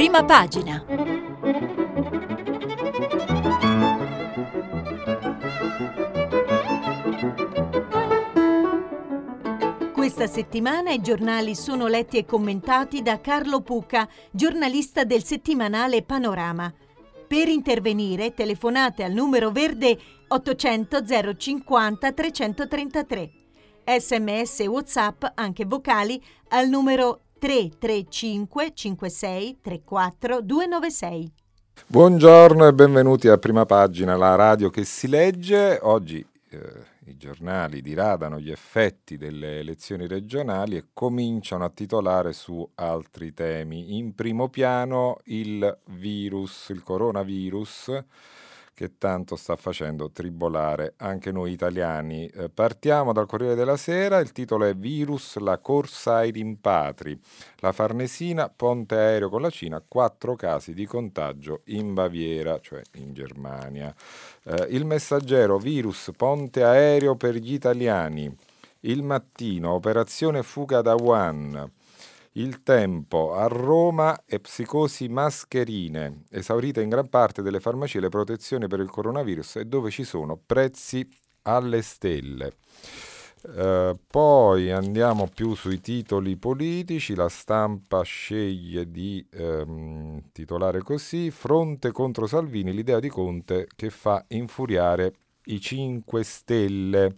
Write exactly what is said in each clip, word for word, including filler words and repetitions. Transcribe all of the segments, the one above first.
Prima pagina. Questa settimana i giornali sono letti e commentati da Carlo Pucca, giornalista del settimanale Panorama. Per intervenire telefonate al numero verde ottocento zero cinquanta trecentotrentatré. Sms e WhatsApp, anche vocali, al numero tre tre cinque cinque sei tre quattro due nove sei. Buongiorno e benvenuti a Prima Pagina, la radio che si legge. Oggi eh, i giornali diradano gli effetti delle elezioni regionali e cominciano a titolare su altri temi. In primo piano il virus, il coronavirus, che tanto sta facendo tribolare anche noi italiani. Eh, partiamo dal Corriere della Sera, il titolo è Virus, la corsa ai rimpatri. La Farnesina, ponte aereo con la Cina, quattro casi di contagio in Baviera, cioè in Germania. Eh, il Messaggero, virus, ponte aereo per gli italiani. Il Mattino, operazione fuga da Wuhan. Il Tempo, a Roma e psicosi mascherine, esaurite in gran parte delle farmacie le protezioni per il coronavirus e dove ci sono prezzi alle stelle. Uh, poi andiamo più sui titoli politici. La Stampa sceglie di um, titolare così: fronte contro Salvini, l'idea di Conte che fa infuriare i cinque Stelle.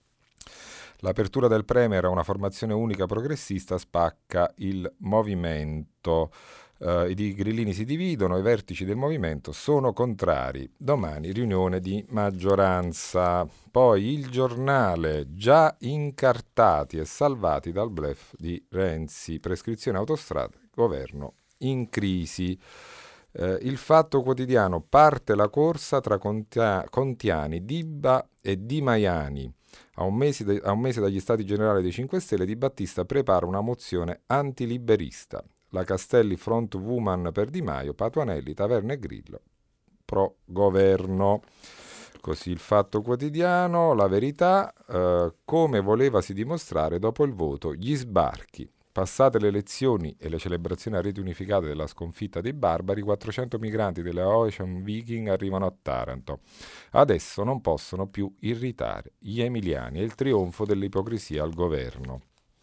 L'apertura del Premier a una formazione unica progressista spacca il movimento. Uh, I grillini si dividono, i vertici del movimento sono contrari. Domani riunione di maggioranza. Poi Il Giornale, già incartati e salvati dal bluff di Renzi. Prescrizione autostrade, governo in crisi. Uh, il Fatto Quotidiano, parte la corsa tra Contia- Contiani, Dibba e Di Maiani. A un, mese de- a un mese dagli Stati Generali dei cinque Stelle, Di Battista prepara una mozione antiliberista. La Castelli front woman per Di Maio, Patuanelli, Taverna e Grillo pro governo. Così il Fatto Quotidiano, La Verità, eh, come volevasi dimostrare dopo il voto, gli sbarchi. Passate le elezioni e le celebrazioni a reti unificate della sconfitta dei barbari, quattrocento migranti delle Ocean Viking arrivano a Taranto. Adesso non possono più irritare gli emiliani e il trionfo dell'ipocrisia al governo.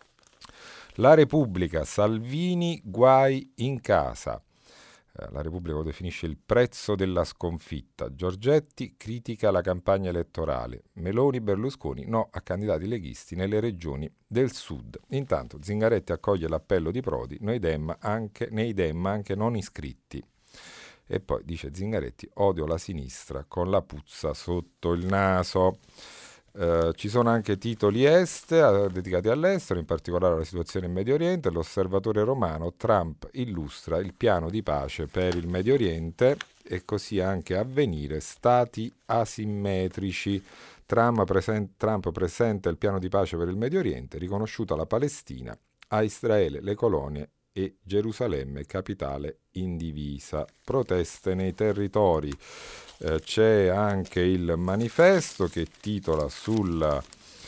La Repubblica, Salvini, guai in casa. La Repubblica lo definisce il prezzo della sconfitta. Giorgetti critica la campagna elettorale. Meloni, Berlusconi, no a candidati leghisti nelle regioni del sud. Intanto Zingaretti accoglie l'appello di Prodi, nei Dem anche, nei Dem anche non iscritti. E poi dice Zingaretti, odio la sinistra con la puzza sotto il naso. Uh, ci sono anche titoli est, dedicati all'estero, in particolare alla situazione in Medio Oriente. L'Osservatore Romano, Trump illustra il piano di pace per il Medio Oriente, e così anche Avvenire, stati asimmetrici. Trump, presen- Trump presenta il piano di pace per il Medio Oriente, riconosciuta la Palestina, a Israele le colonie e Gerusalemme capitale indivisa. Proteste nei territori. Eh, c'è anche il Manifesto che titola sulla,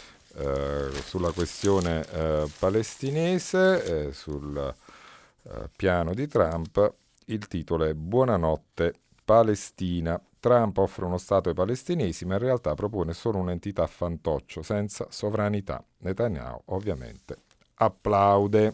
eh, sulla questione eh, palestinese, eh, sul eh, piano di Trump. Il titolo è Buonanotte Palestina. Trump offre uno Stato ai palestinesi, ma in realtà propone solo un'entità fantoccio senza sovranità. Netanyahu ovviamente applaude.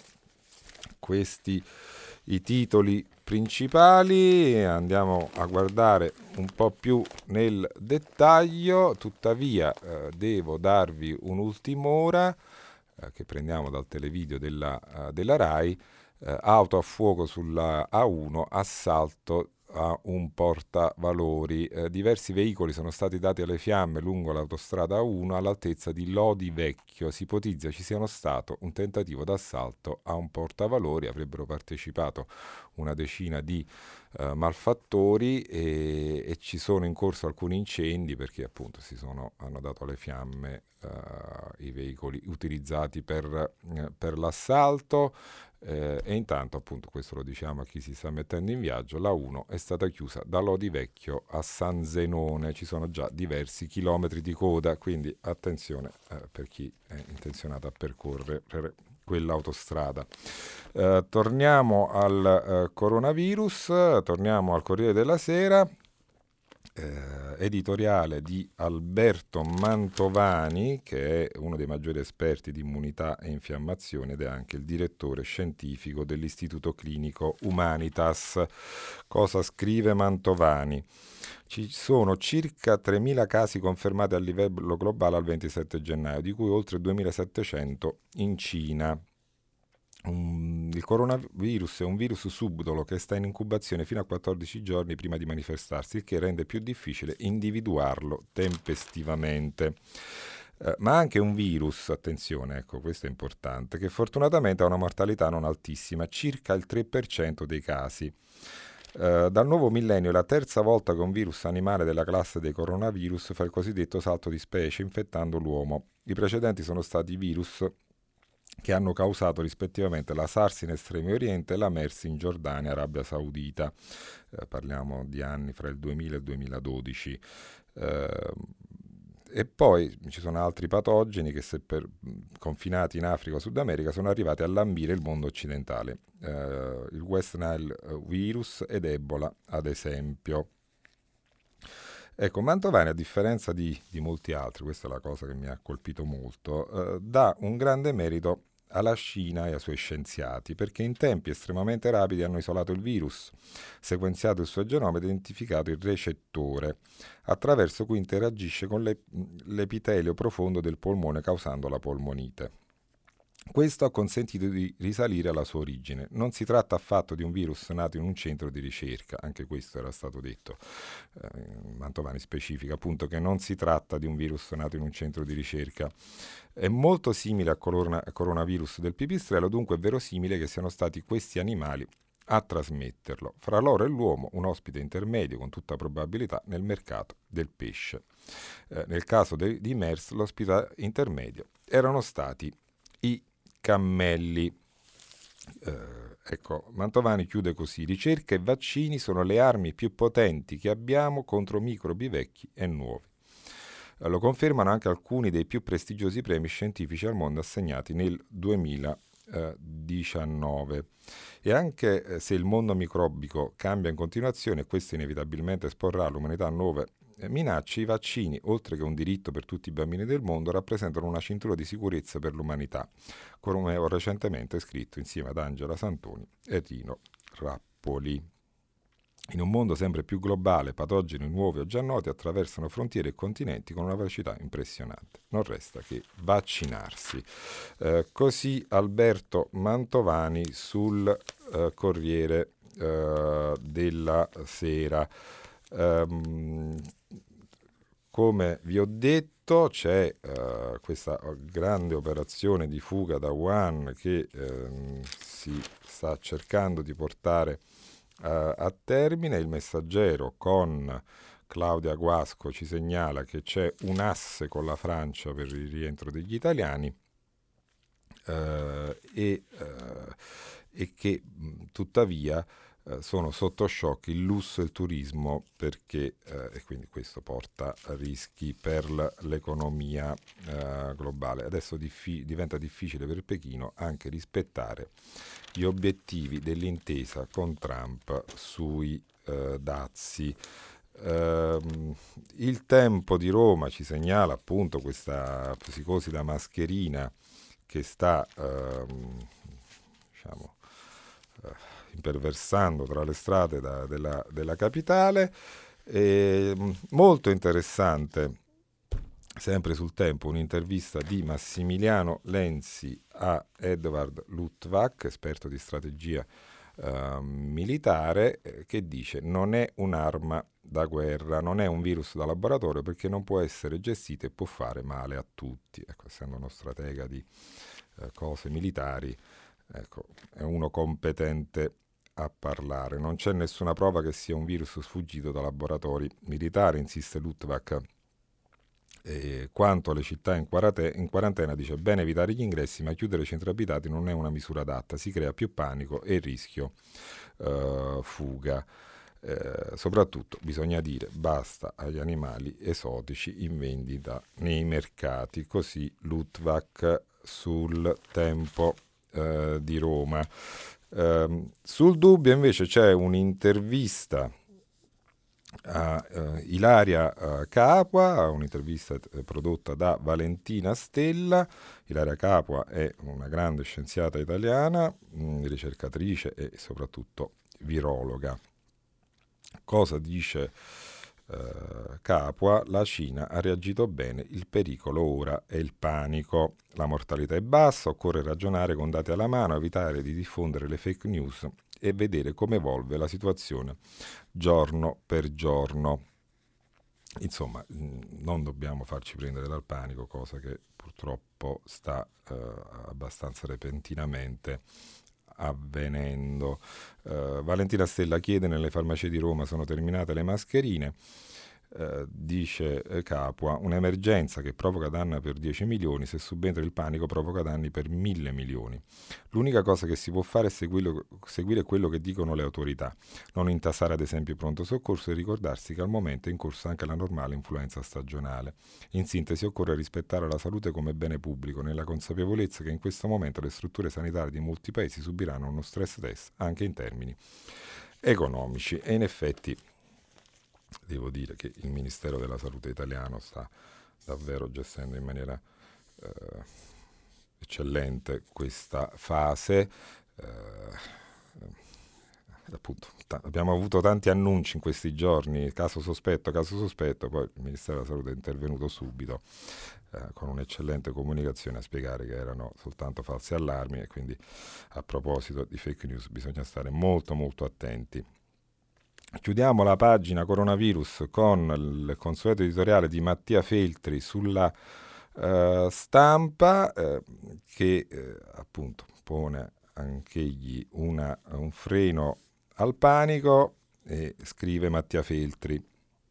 Questi i titoli principali. Andiamo a guardare un po' più nel dettaglio. Tuttavia eh, devo darvi un'ultim'ora eh, che prendiamo dal televideo della, uh, della Rai. Eh, auto a fuoco sulla A uno, assalto a un portavalori. Eh, diversi veicoli sono stati dati alle fiamme lungo l'autostrada A uno all'altezza di Lodi Vecchio. Si ipotizza ci sia stato un tentativo d'assalto a un portavalori. Avrebbero partecipato una decina di eh, malfattori e, e ci sono in corso alcuni incendi perché appunto si sono, hanno dato alle fiamme eh, i veicoli utilizzati per, eh, per l'assalto. Eh, e intanto, appunto, questo lo diciamo a chi si sta mettendo in viaggio, la uno è stata chiusa da Lodi Vecchio a San Zenone, ci sono già diversi chilometri di coda, quindi attenzione eh, per chi è intenzionato a percorrere quell'autostrada. Eh, torniamo al eh, coronavirus, torniamo al Corriere della Sera. Eh, editoriale di Alberto Mantovani, che è uno dei maggiori esperti di immunità e infiammazione ed è anche il direttore scientifico dell'Istituto Clinico Humanitas. Cosa scrive Mantovani? Ci sono circa tremila casi confermati a livello globale al ventisette gennaio, di cui oltre duemilasettecento in Cina. Um, il coronavirus è un virus subdolo che sta in incubazione fino a quattordici giorni prima di manifestarsi, il che rende più difficile individuarlo tempestivamente. Uh, ma anche un virus, attenzione, ecco, questo è importante, che fortunatamente ha una mortalità non altissima, circa il tre per cento dei casi. Uh, dal nuovo millennio è la terza volta che un virus animale della classe dei coronavirus fa il cosiddetto salto di specie infettando l'uomo. I precedenti sono stati virus che hanno causato rispettivamente la SARS in Estremo Oriente e la MERS in Giordania e Arabia Saudita. Eh, parliamo di anni fra il duemila e il duemiladodici. Eh, e poi ci sono altri patogeni che, se per, confinati in Africa o Sud America, sono arrivati a lambire il mondo occidentale. Eh, il West Nile virus ed Ebola, ad esempio. Ecco, Mantovani, a differenza di, di molti altri, questa è la cosa che mi ha colpito molto, eh, dà un grande merito alla Cina e ai suoi scienziati, perché in tempi estremamente rapidi hanno isolato il virus, sequenziato il suo genoma ed identificato il recettore, attraverso cui interagisce con l'ep- l'epitelio profondo del polmone causando la polmonite. Questo ha consentito di risalire alla sua origine. Non si tratta affatto di un virus nato in un centro di ricerca, anche questo era stato detto. Eh, Mantovani specifica appunto che non si tratta di un virus nato in un centro di ricerca. È molto simile al corona- coronavirus del pipistrello, dunque è verosimile che siano stati questi animali a trasmetterlo. Fra loro e l'uomo, un ospite intermedio con tutta probabilità nel mercato del pesce. Eh, nel caso de- di MERS, l'ospite intermedio erano stati i cammelli. Eh, ecco, Mantovani chiude così: ricerca e vaccini sono le armi più potenti che abbiamo contro microbi vecchi e nuovi. Eh, lo confermano anche alcuni dei più prestigiosi premi scientifici al mondo assegnati nel duemiladiciannove. E anche eh, se il mondo microbico cambia in continuazione e questo inevitabilmente esporrà l'umanità a nuove minacce, i vaccini, oltre che un diritto per tutti i bambini del mondo, rappresentano una cintura di sicurezza per l'umanità, come ho recentemente scritto insieme ad Angela Santoni e Rino Rappoli. In un mondo sempre più globale, patogeni nuovi o già noti attraversano frontiere e continenti con una velocità impressionante. Non resta che vaccinarsi. Eh, così Alberto Mantovani sul eh, Corriere eh, della Sera. Um, come vi ho detto, c'è uh, questa grande operazione di fuga da Wuhan che um, si sta cercando di portare uh, a termine. Il Messaggero con Claudia Guasco ci segnala che c'è un asse con la Francia per il rientro degli italiani uh, e, uh, e che mh, tuttavia Uh, sono sotto shock il lusso e il turismo, perché uh, e quindi questo porta a rischi per l- l'economia uh, globale. Adesso diffi- diventa difficile per Pechino anche rispettare gli obiettivi dell'intesa con Trump sui uh, dazi. Uh, il Tempo di Roma ci segnala appunto questa psicosi da mascherina che sta uh, diciamo uh, imperversando tra le strade da, della, della capitale. E, molto interessante, sempre sul Tempo, un'intervista di Massimiliano Lenzi a Edward Luttwak, esperto di strategia eh, militare, eh, che dice: non è un'arma da guerra, non è un virus da laboratorio, perché non può essere gestito e può fare male a tutti. Ecco, essendo uno stratega di eh, cose militari, ecco, è uno competente a parlare. Non c'è nessuna prova che sia un virus sfuggito da laboratori militari, insiste Luttwak. E quanto alle città in, quarate- in quarantena, dice: bene evitare gli ingressi, ma chiudere i centri abitati non è una misura adatta, si crea più panico e rischio uh, fuga. Eh, soprattutto bisogna dire basta agli animali esotici in vendita nei mercati. Così Luttwak sul Tempo. eh, di Roma. Eh, sul Dubbio invece c'è un'intervista a uh, Ilaria uh, Capua, un'intervista uh, prodotta da Valentina Stella. Ilaria Capua è una grande scienziata italiana, mh, ricercatrice e soprattutto virologa. Cosa dice uh, Capua? La Cina ha reagito bene, il pericolo ora è il panico. La mortalità è bassa, occorre ragionare con dati alla mano, evitare di diffondere le fake news e vedere come evolve la situazione giorno per giorno. Insomma, non dobbiamo farci prendere dal panico, cosa che purtroppo sta eh, abbastanza repentinamente avvenendo. Eh, Valentina Stella chiede: nelle farmacie di Roma sono terminate le mascherine. Uh, dice eh, Capua, un'emergenza che provoca danni per dieci milioni, se subentra il panico provoca danni per mille milioni. L'unica cosa che si può fare è seguire, seguire quello che dicono le autorità, non intasare ad esempio il pronto soccorso e ricordarsi che al momento è in corso anche la normale influenza stagionale. In sintesi, occorre rispettare la salute come bene pubblico, nella consapevolezza che in questo momento le strutture sanitarie di molti paesi subiranno uno stress test anche in termini economici. E in effetti devo dire che il Ministero della Salute italiano sta davvero gestendo in maniera eh, eccellente questa fase. Eh, appunto, t- abbiamo avuto tanti annunci in questi giorni, caso sospetto, caso sospetto, poi il Ministero della Salute è intervenuto subito eh, con un'eccellente comunicazione a spiegare che erano soltanto falsi allarmi, e quindi a proposito di fake news bisogna stare molto molto attenti. Chiudiamo la pagina coronavirus con il consueto editoriale di Mattia Feltri sulla uh, Stampa, eh, che eh, appunto pone anch'egli una, un freno al panico, e scrive Mattia Feltri,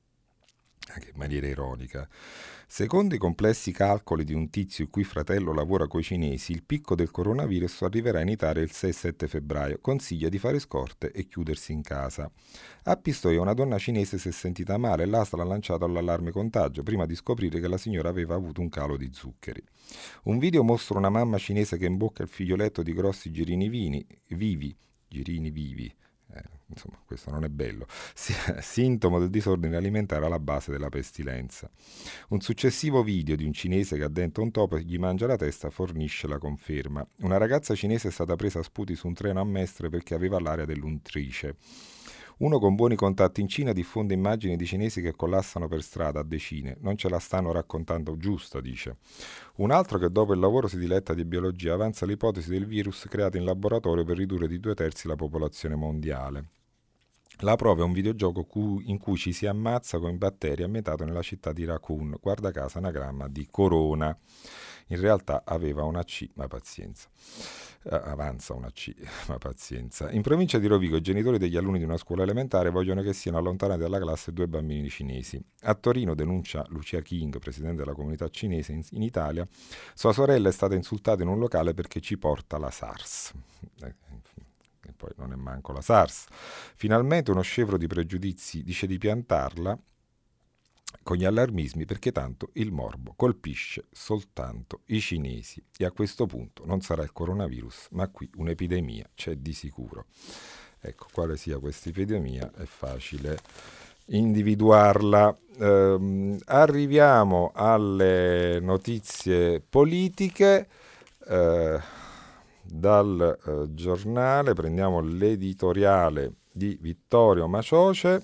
anche in maniera ironica: secondo i complessi calcoli di un tizio il cui fratello lavora coi cinesi, il picco del coronavirus arriverà in Italia il sei sette febbraio. Consiglia di fare scorte e chiudersi in casa. A Pistoia una donna cinese si è sentita male e l'A S L ha lanciato l'allarme contagio prima di scoprire che la signora aveva avuto un calo di zuccheri. Un video mostra una mamma cinese che imbocca il figlioletto di grossi girini vini, vivi, girini vivi, Eh, insomma, questo non è bello, sintomo del disordine alimentare alla base della pestilenza. Un successivo video di un cinese che ha dentro un topo e gli mangia la testa fornisce la conferma. Una ragazza cinese è stata presa a sputi su un treno a Mestre perché aveva l'aria dell'untrice. Uno con buoni contatti in Cina diffonde immagini di cinesi che collassano per strada a decine. Non ce la stanno raccontando giusta, dice. Un altro che dopo il lavoro si diletta di biologia avanza l'ipotesi del virus creato in laboratorio per ridurre di due terzi la popolazione mondiale. La prova è un videogioco cu- in cui ci si ammazza con batteri ambientato nella città di Raccoon, guarda caso anagramma di Corona. In realtà aveva una C, ma pazienza. Uh, avanza una C, ma pazienza. In provincia di Rovigo i genitori degli alunni di una scuola elementare vogliono che siano allontanati dalla classe due bambini cinesi. A Torino, denuncia Lucia King, presidente della comunità cinese in, in Italia, sua sorella è stata insultata in un locale perché ci porta la SARS. Eh, e poi non è manco la SARS. Finalmente uno scevro di pregiudizi dice di piantarla con gli allarmismi, perché tanto il morbo colpisce soltanto i cinesi e a questo punto non sarà il coronavirus, ma qui un'epidemia c'è di sicuro. Ecco, quale sia questa epidemia è facile individuarla. Ehm, arriviamo alle notizie politiche. Eh, dal eh, giornale prendiamo l'editoriale di Vittorio Macioce,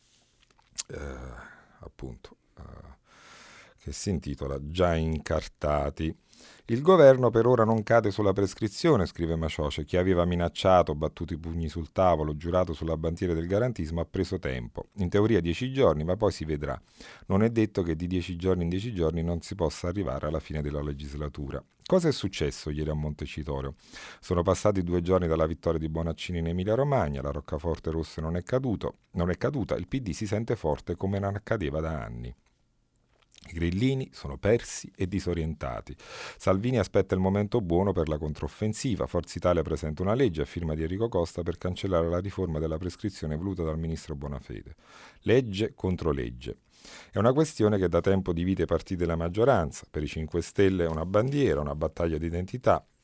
eh, appunto, uh, che si intitola Già incartati. Il governo per ora non cade sulla prescrizione, scrive Macioce. Chi aveva minacciato, battuto i pugni sul tavolo, giurato sulla bandiera del garantismo ha preso tempo. In teoria dieci giorni, ma poi si vedrà. Non è detto che di dieci giorni in dieci giorni non si possa arrivare alla fine della legislatura. Cosa è successo ieri a Montecitorio? Sono passati due giorni dalla vittoria di Bonaccini in Emilia-Romagna, la roccaforte rossa non è caduto, non è caduta, il P D si sente forte come non accadeva da anni. I grillini sono persi e disorientati. Salvini aspetta il momento buono per la controffensiva. Forza Italia presenta una legge a firma di Enrico Costa per cancellare la riforma della prescrizione voluta dal ministro Bonafede. Legge contro legge. È una questione che da tempo divide i partiti della maggioranza. Per i cinque Stelle è una bandiera, una battaglia di identità.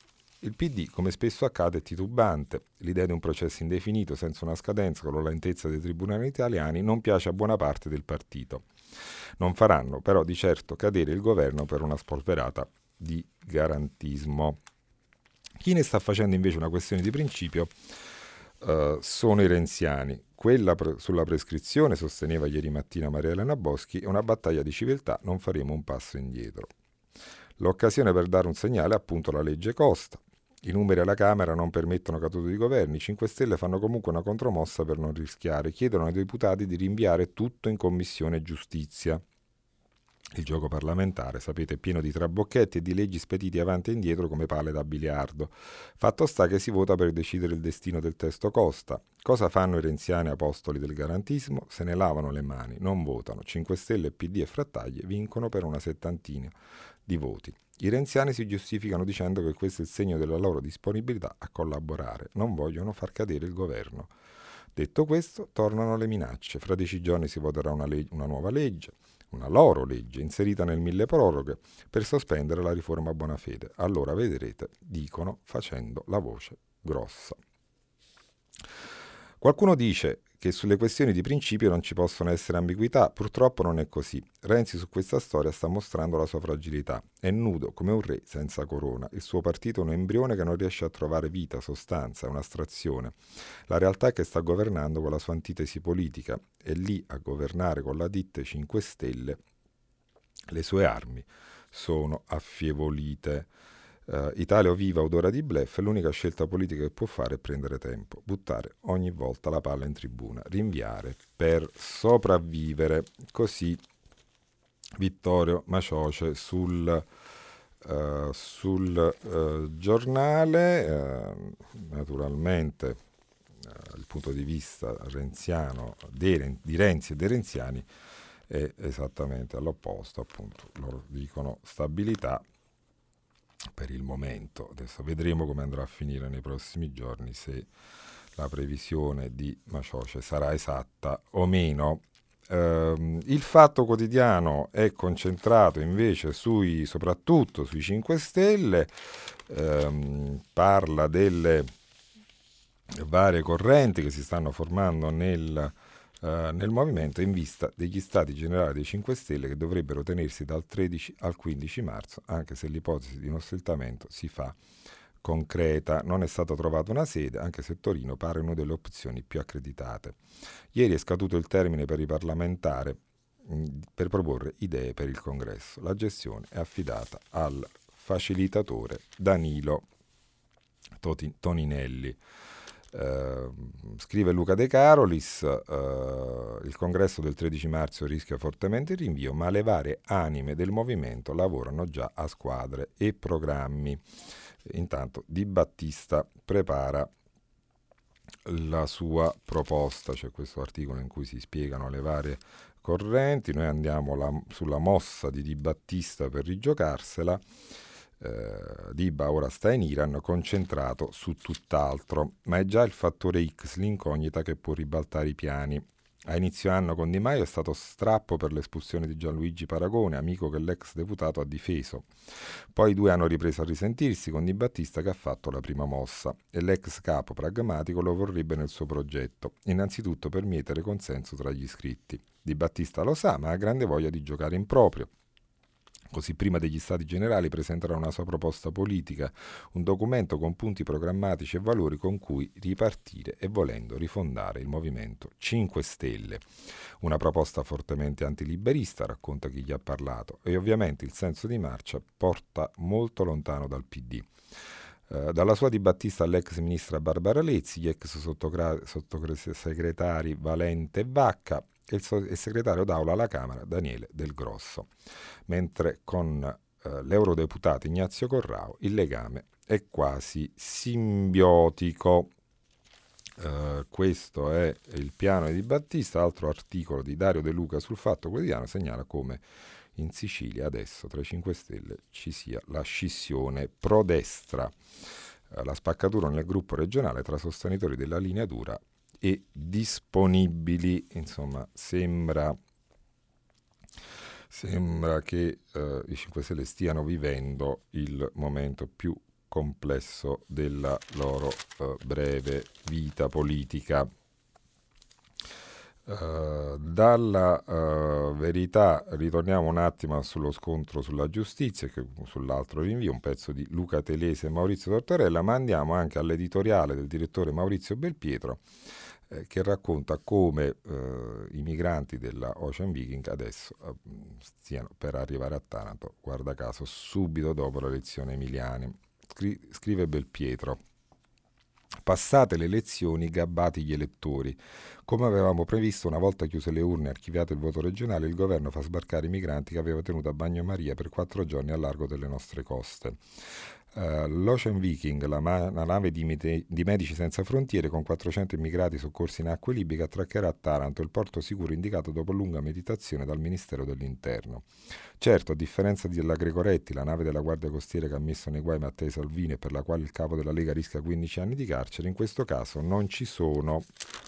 Il P D, come spesso accade, è titubante. L'idea di un processo indefinito senza una scadenza con la lentezza dei tribunali italiani non piace a buona parte del partito. Non faranno però di certo cadere il governo per una spolverata di garantismo. Chi ne sta facendo invece una questione di principio uh, sono i renziani. Quella pre- sulla prescrizione, sosteneva ieri mattina Maria Elena Boschi, è una battaglia di civiltà, non faremo un passo indietro. L'occasione per dare un segnale è appunto la legge Costa. I numeri alla Camera non permettono cadute di governi, i cinque Stelle fanno comunque una contromossa per non rischiare, chiedono ai deputati di rinviare tutto in Commissione Giustizia. Il gioco parlamentare, sapete, è pieno di trabocchetti e di leggi spediti avanti e indietro come pale da biliardo. Fatto sta che si vota per decidere il destino del testo Costa. Cosa fanno i renziani apostoli del garantismo? Se ne lavano le mani, non votano. cinque Stelle, P D e Frattaglie vincono per una settantina di voti. I renziani si giustificano dicendo che questo è il segno della loro disponibilità a collaborare. Non vogliono far cadere il governo. Detto questo, tornano le minacce. Fra dieci giorni si voterà una, leg- una nuova legge, una loro legge, inserita nel milleproroghe, per sospendere la riforma a buona fede. Allora vedrete, dicono, facendo la voce grossa. Qualcuno dice che sulle questioni di principio non ci possono essere ambiguità, purtroppo non è così. Renzi su questa storia sta mostrando la sua fragilità. È nudo come un re senza corona. Il suo partito è un embrione che non riesce a trovare vita, sostanza, è un'astrazione. La realtà è che sta governando con la sua antitesi politica e lì a governare con la ditte cinque Stelle le sue armi sono affievolite. Uh, Italia o viva odora di bluff, l'unica scelta politica che può fare è prendere tempo, buttare ogni volta la palla in tribuna, rinviare per sopravvivere. Così Vittorio Macioce sul, uh, sul uh, giornale. Uh, naturalmente uh, il punto di vista renziano dei, di Renzi e dei renziani è esattamente all'opposto, appunto loro dicono stabilità per il momento. Adesso vedremo come andrà a finire nei prossimi giorni, se la previsione di Macioce sarà esatta o meno. Uh, il Fatto Quotidiano è concentrato invece sui, soprattutto sui cinque Stelle, uh, parla delle varie correnti che si stanno formando nel Uh, nel movimento in vista degli stati generali dei cinque Stelle che dovrebbero tenersi dal tredici al quindici marzo, anche se l'ipotesi di uno slittamento si fa concreta. Non è stata trovata una sede, anche se Torino pare una delle opzioni più accreditate. Ieri è scaduto il termine per i parlamentari mh, per proporre idee per il congresso. La gestione è affidata al facilitatore Danilo Toti- Toninelli. Uh, scrive Luca De Carolis, uh, il congresso del tredici marzo rischia fortemente il rinvio, ma le varie anime del movimento lavorano già a squadre e programmi. Intanto Di Battista prepara la sua proposta, c'è questo articolo in cui si spiegano le varie correnti. Noi andiamo la, sulla mossa di Di Battista per rigiocarsela. Uh, Diba ora sta in Iran, concentrato su tutt'altro, ma è già il fattore X, l'incognita, che può ribaltare i piani. A inizio anno con Di Maio è stato strappo per l'espulsione di Gianluigi Paragone, amico che l'ex deputato ha difeso. Poi i due hanno ripreso a risentirsi con Di Battista, che ha fatto la prima mossa, e l'ex capo pragmatico lo vorrebbe nel suo progetto, innanzitutto per mietere consenso tra gli iscritti. Di Battista lo sa, ma ha grande voglia di giocare in proprio. Così prima degli Stati Generali presenterà una sua proposta politica, un documento con punti programmatici e valori con cui ripartire e volendo rifondare il movimento cinque Stelle. Una proposta fortemente antiliberista, racconta chi gli ha parlato, e ovviamente il senso di marcia porta molto lontano dal P D. Uh, dalla sua Di Battista all'ex ministra Barbara Lezzi, gli ex sottosegretari Valente e Vacca, e il, so- il segretario d'aula alla Camera Daniele Del Grosso, mentre con eh, l'eurodeputato Ignazio Corrao il legame è quasi simbiotico. Eh, questo è il piano di Di Battista. Altro articolo di Dario De Luca sul Fatto Quotidiano segnala come in Sicilia adesso tra i cinque Stelle ci sia la scissione pro-destra, eh, la spaccatura nel gruppo regionale tra sostenitori della linea dura e disponibili. Insomma, sembra sembra che eh, i cinque Stelle stiano vivendo il momento più complesso della loro uh, breve vita politica. Uh, dalla uh, Verità ritorniamo un attimo sullo scontro sulla giustizia, che sull'altro rinvio, un pezzo di Luca Telese e Maurizio Tortorella, ma andiamo anche all'editoriale del direttore Maurizio Belpietro, eh, che racconta come uh, i migranti della Ocean Viking adesso uh, stiano per arrivare a Taranto, guarda caso subito dopo le elezioni emiliane. Scri- scrive Belpietro: passate le elezioni, gabbati gli elettori. Come avevamo previsto, una volta chiuse le urne e archiviato il voto regionale, il governo fa sbarcare i migranti che aveva tenuto a bagnomaria per quattro giorni a largo delle nostre coste. Uh, L'Ocean Viking, la, ma- la nave di, mite- di Medici Senza Frontiere con quattrocento immigrati soccorsi in acque libiche, attraccherà a Taranto, il porto sicuro indicato dopo lunga meditazione dal Ministero dell'Interno. Certo, a differenza della Gregoretti, la nave della Guardia Costiera che ha messo nei guai Matteo Salvini e per la quale il capo della Lega rischia quindici anni di carcere, in questo caso non ci sono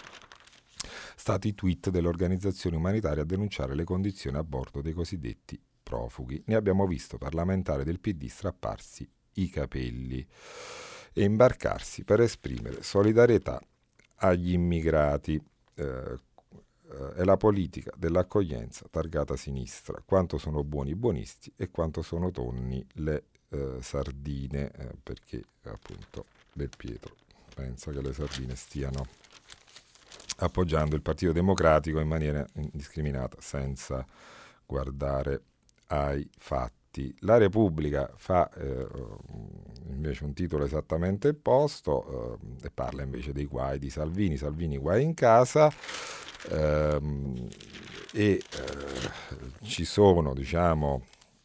stati tweet delle organizzazioni umanitarie a denunciare le condizioni a bordo dei cosiddetti profughi. Ne abbiamo visto parlamentari del P D strapparsi i capelli e imbarcarsi per esprimere solidarietà agli immigrati. Eh, è la politica dell'accoglienza targata sinistra. Quanto sono buoni i buonisti e quanto sono tonni le eh, sardine, eh, perché appunto Belpietro pensa che le sardine stiano appoggiando il Partito Democratico in maniera indiscriminata, senza guardare ai fatti. La Repubblica fa eh, invece un titolo esattamente opposto eh, e parla invece dei guai di Salvini, Salvini guai in casa, ehm, e eh, ci sono, diciamo,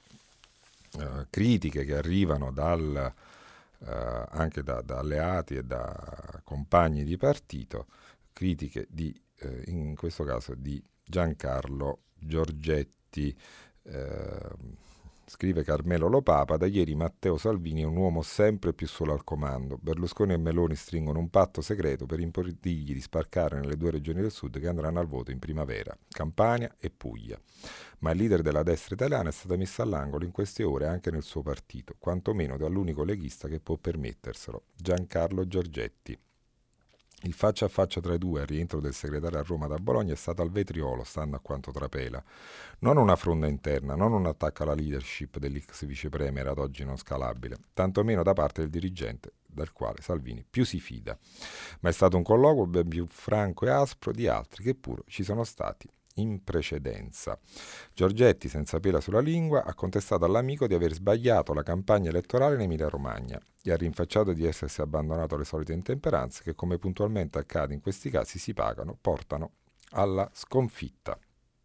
eh, critiche che arrivano dal, eh, anche da, da alleati e da compagni di partito, critiche di, eh, in questo caso di Giancarlo Giorgetti. Eh, scrive Carmelo Lopapa: da ieri Matteo Salvini è un uomo sempre più solo al comando. Berlusconi e Meloni stringono un patto segreto per impedirgli di sbarcare nelle due regioni del sud che andranno al voto in primavera, Campania e Puglia. Ma il leader della destra italiana è stato messo all'angolo in queste ore anche nel suo partito, quantomeno dall'unico leghista che può permetterselo, Giancarlo Giorgetti. Il faccia a faccia tra i due al rientro del segretario a Roma da Bologna è stato al vetriolo, stando a quanto trapela. Non una fronda interna, non un attacco alla leadership dell'ex vicepremier ad oggi non scalabile, tantomeno da parte del dirigente dal quale Salvini più si fida. Ma è stato un colloquio ben più franco e aspro di altri che pure ci sono stati in precedenza. Giorgetti, senza pela sulla lingua, ha contestato all'amico di aver sbagliato la campagna elettorale in Emilia-Romagna e ha rinfacciato di essersi abbandonato alle solite intemperanze che, come puntualmente accade in questi casi, si pagano, portano alla sconfitta.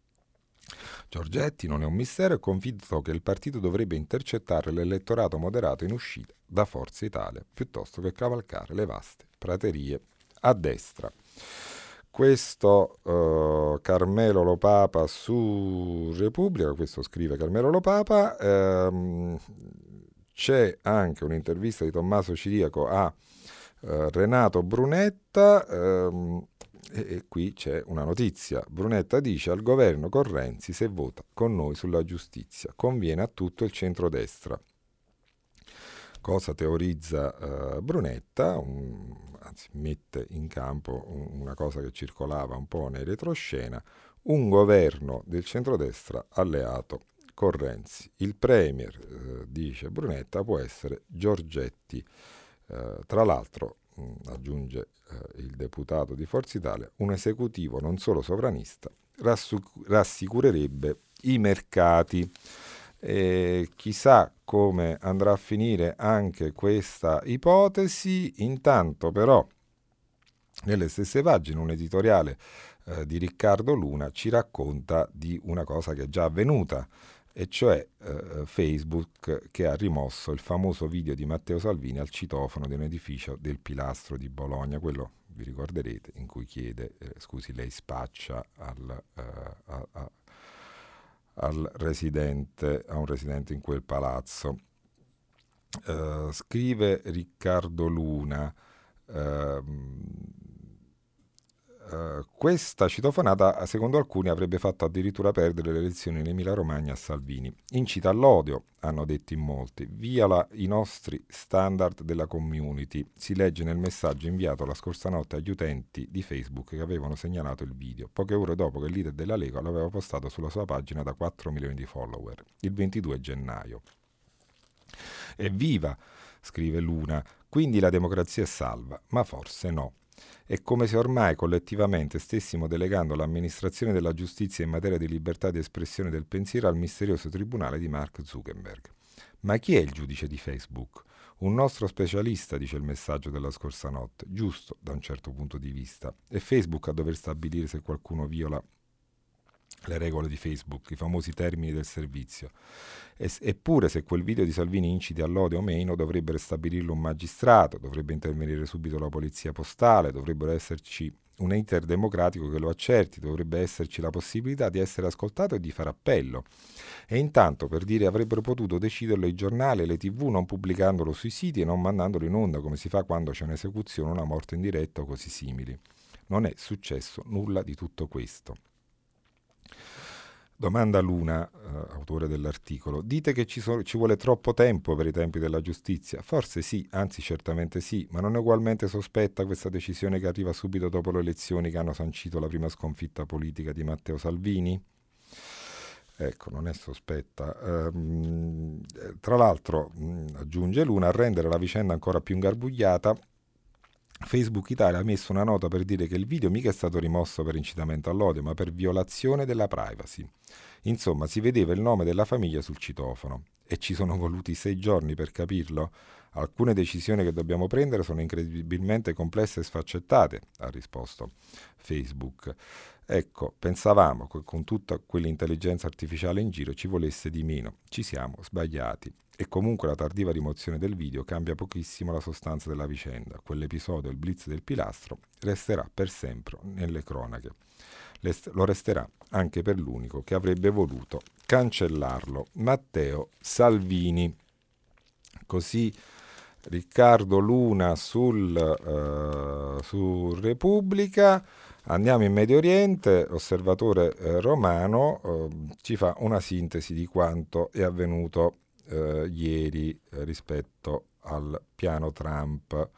Giorgetti, non è un mistero, è convinto che il partito dovrebbe intercettare l'elettorato moderato in uscita da Forza Italia, piuttosto che cavalcare le vaste praterie a destra. Questo uh, Carmelo Lopapa su Repubblica, questo scrive Carmelo Lopapa. Ehm, c'è anche un'intervista di Tommaso Ciriaco a uh, Renato Brunetta, ehm, e, e qui c'è una notizia. Brunetta dice: al governo con Renzi, se vota con noi sulla giustizia, conviene a tutto il centrodestra. Cosa teorizza uh, Brunetta? Un, anzi, mette in campo un, una cosa che circolava un po' nei retroscena: un governo del centrodestra alleato con Renzi. Il premier, uh, dice Brunetta, può essere Giorgetti. Uh, tra l'altro, mh, aggiunge uh, il deputato di Forza Italia, un esecutivo non solo sovranista rassu- rassicurerebbe i mercati. E chissà come andrà a finire anche questa ipotesi. Intanto però nelle stesse pagine un editoriale eh, di Riccardo Luna ci racconta di una cosa che è già avvenuta, e cioè eh, Facebook che ha rimosso il famoso video di Matteo Salvini al citofono di un edificio del Pilastro di Bologna, quello, vi ricorderete, in cui chiede eh, scusi, lei spaccia al, eh, a, a, al residente, a un residente in quel palazzo. Uh, scrive Riccardo Luna, uh, uh, Questa citofonata, secondo alcuni, avrebbe fatto addirittura perdere le elezioni in Emilia-Romagna a Salvini. Incita all'odio, hanno detto in molti, viola i nostri standard della community. Si legge nel messaggio inviato la scorsa notte agli utenti di Facebook che avevano segnalato il video, poche ore dopo che il leader della Lega lo aveva postato sulla sua pagina da quattro milioni di follower, il ventidue gennaio. Evviva, scrive Luna, quindi la democrazia è salva, ma forse no. È come se ormai collettivamente stessimo delegando l'amministrazione della giustizia in materia di libertà di espressione del pensiero al misterioso tribunale di Mark Zuckerberg. Ma chi è il giudice di Facebook? Un nostro specialista, dice il messaggio della scorsa notte, giusto da un certo punto di vista. È Facebook a dover stabilire se qualcuno viola le regole di Facebook, i famosi termini del servizio. Eppure se quel video di Salvini inciti all'odio o meno, dovrebbe stabilirlo un magistrato, dovrebbe intervenire subito la polizia postale, dovrebbero esserci un iter democratico che lo accerti, dovrebbe esserci la possibilità di essere ascoltato e di fare appello. E intanto, per dire, avrebbero potuto deciderlo i giornali e le tv, non pubblicandolo sui siti e non mandandolo in onda come si fa quando c'è un'esecuzione, una morte in diretta o così simili. Non è successo nulla di tutto questo. Domanda Luna, eh, autore dell'articolo, dite che ci, so- ci vuole troppo tempo per i tempi della giustizia? Forse sì, anzi certamente sì, ma non è ugualmente sospetta questa decisione che arriva subito dopo le elezioni che hanno sancito la prima sconfitta politica di Matteo Salvini? Ecco, non è sospetta. Ehm, tra l'altro, mh, aggiunge Luna, a rendere la vicenda ancora più ingarbugliata, Facebook Italia ha messo una nota per dire che il video mica è stato rimosso per incitamento all'odio, ma per violazione della privacy. Insomma, si vedeva il nome della famiglia sul citofono. E ci sono voluti sei giorni per capirlo? Alcune decisioni che dobbiamo prendere sono incredibilmente complesse e sfaccettate, ha risposto Facebook. Ecco, pensavamo che con tutta quell'intelligenza artificiale in giro ci volesse di meno. Ci siamo sbagliati. E comunque la tardiva rimozione del video cambia pochissimo la sostanza della vicenda. Quell'episodio, il blitz del pilastro, resterà per sempre nelle cronache. Lest- lo resterà anche per l'unico che avrebbe voluto cancellarlo, Matteo Salvini. Così Riccardo Luna sul, uh, su Repubblica. Andiamo in Medio Oriente, l'osservatore eh, romano eh, ci fa una sintesi di quanto è avvenuto eh, ieri eh, rispetto al piano Trump.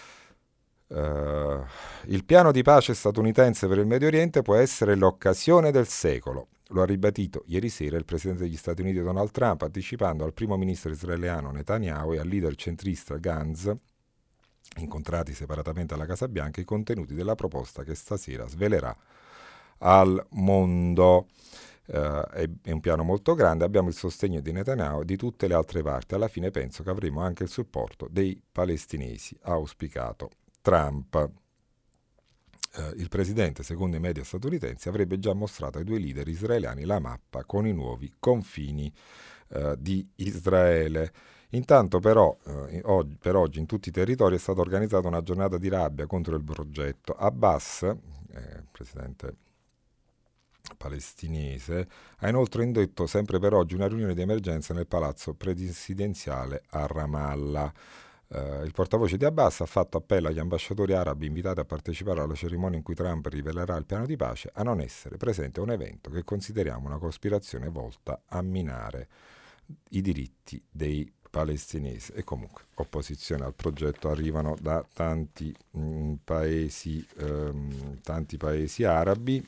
Uh, il piano di pace statunitense per il Medio Oriente può essere l'occasione del secolo. Lo ha ribadito ieri sera il presidente degli Stati Uniti Donald Trump, anticipando al primo ministro israeliano Netanyahu e al leader centrista Gantz, incontrati separatamente alla Casa Bianca, i contenuti della proposta che stasera svelerà al mondo. Uh, è, è un piano molto grande, abbiamo il sostegno di Netanyahu e di tutte le altre parti. Alla fine penso che avremo anche il supporto dei palestinesi, ha auspicato Trump. Uh, il presidente, secondo i media statunitensi, avrebbe già mostrato ai due leader israeliani la mappa con i nuovi confini uh, di Israele. Intanto però eh, oggi, per oggi in tutti i territori è stata organizzata una giornata di rabbia contro il progetto. Abbas, eh, presidente palestinese, ha inoltre indetto sempre per oggi una riunione di emergenza nel palazzo presidenziale a Ramallah. Eh, il portavoce di Abbas ha fatto appello agli ambasciatori arabi invitati a partecipare alla cerimonia in cui Trump rivelerà il piano di pace a non essere presente a un evento che consideriamo una cospirazione volta a minare i diritti dei palestinesi. E comunque opposizione al progetto arrivano da tanti mh, paesi ehm, tanti paesi arabi,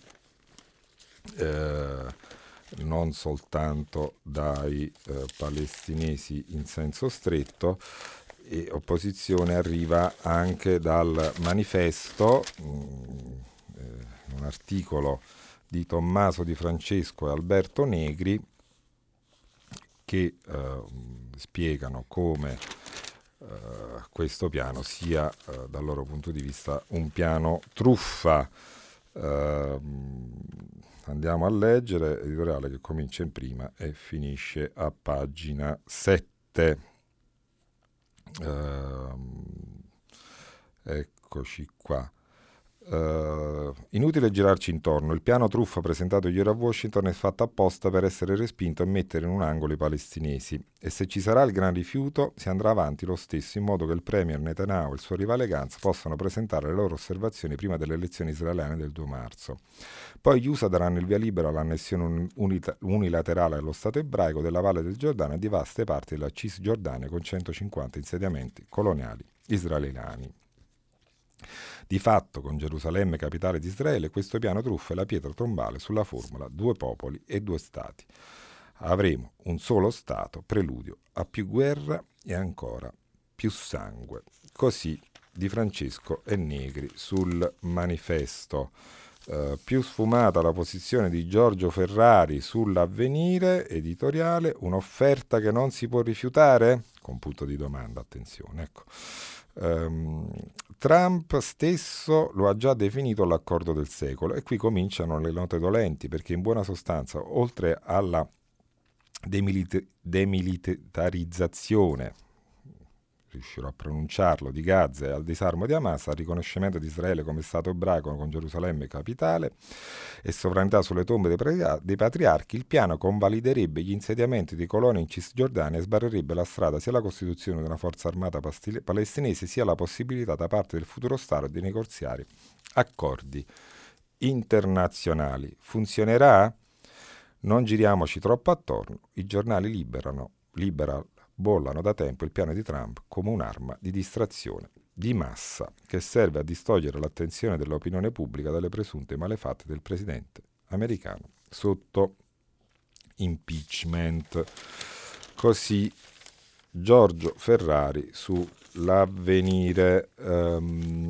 eh, non soltanto dai eh, palestinesi in senso stretto, e opposizione arriva anche dal manifesto, mh, eh, un articolo di Tommaso Di Francesco e Alberto Negri che eh, spiegano come eh, questo piano sia eh, dal loro punto di vista un piano truffa. Eh, andiamo a leggere l'editoriale che comincia in prima e finisce a pagina sette. Eh, eccoci qua. Uh, inutile girarci intorno, il piano truffa presentato ieri a Washington è fatto apposta per essere respinto e mettere in un angolo i palestinesi, e se ci sarà il gran rifiuto si andrà avanti lo stesso in modo che il premier Netanyahu e il suo rivale Gantz possano presentare le loro osservazioni prima delle elezioni israeliane del due marzo. Poi gli U S A daranno il via libera all'annessione unita- unilaterale allo Stato ebraico della Valle del Giordano e di vaste parti della Cisgiordania con centocinquanta insediamenti coloniali israeliani. Di fatto, con Gerusalemme capitale di Israele, questo piano truffa è la pietra tombale sulla formula due popoli e due stati. Avremo un solo Stato, preludio a più guerra e ancora più sangue. Così di Francesco e Negri sul Manifesto. Uh, più sfumata la posizione di Giorgio Ferrari sull'Avvenire editoriale, un'offerta che non si può rifiutare? Con punto di domanda, attenzione, ecco. Um, Trump stesso lo ha già definito l'accordo del secolo, e qui cominciano le note dolenti, perché in buona sostanza, oltre alla demilita- demilitarizzazione, riuscirò a pronunciarlo, di Gaza e al disarmo di Hamas, al riconoscimento di Israele come Stato ebraico con Gerusalemme capitale e sovranità sulle tombe dei, pre- dei patriarchi, il piano convaliderebbe gli insediamenti di colonie in Cisgiordania e sbarrerebbe la strada sia alla costituzione di una forza armata pastile- palestinese sia alla possibilità da parte del futuro Stato di negoziare accordi internazionali. Funzionerà? Non giriamoci troppo attorno, i giornali liberano, libera bollano da tempo il piano di Trump come un'arma di distrazione di massa che serve a distogliere l'attenzione dell'opinione pubblica dalle presunte malefatte del presidente americano sotto impeachment. Così Giorgio Ferrari sull'Avvenire. Um,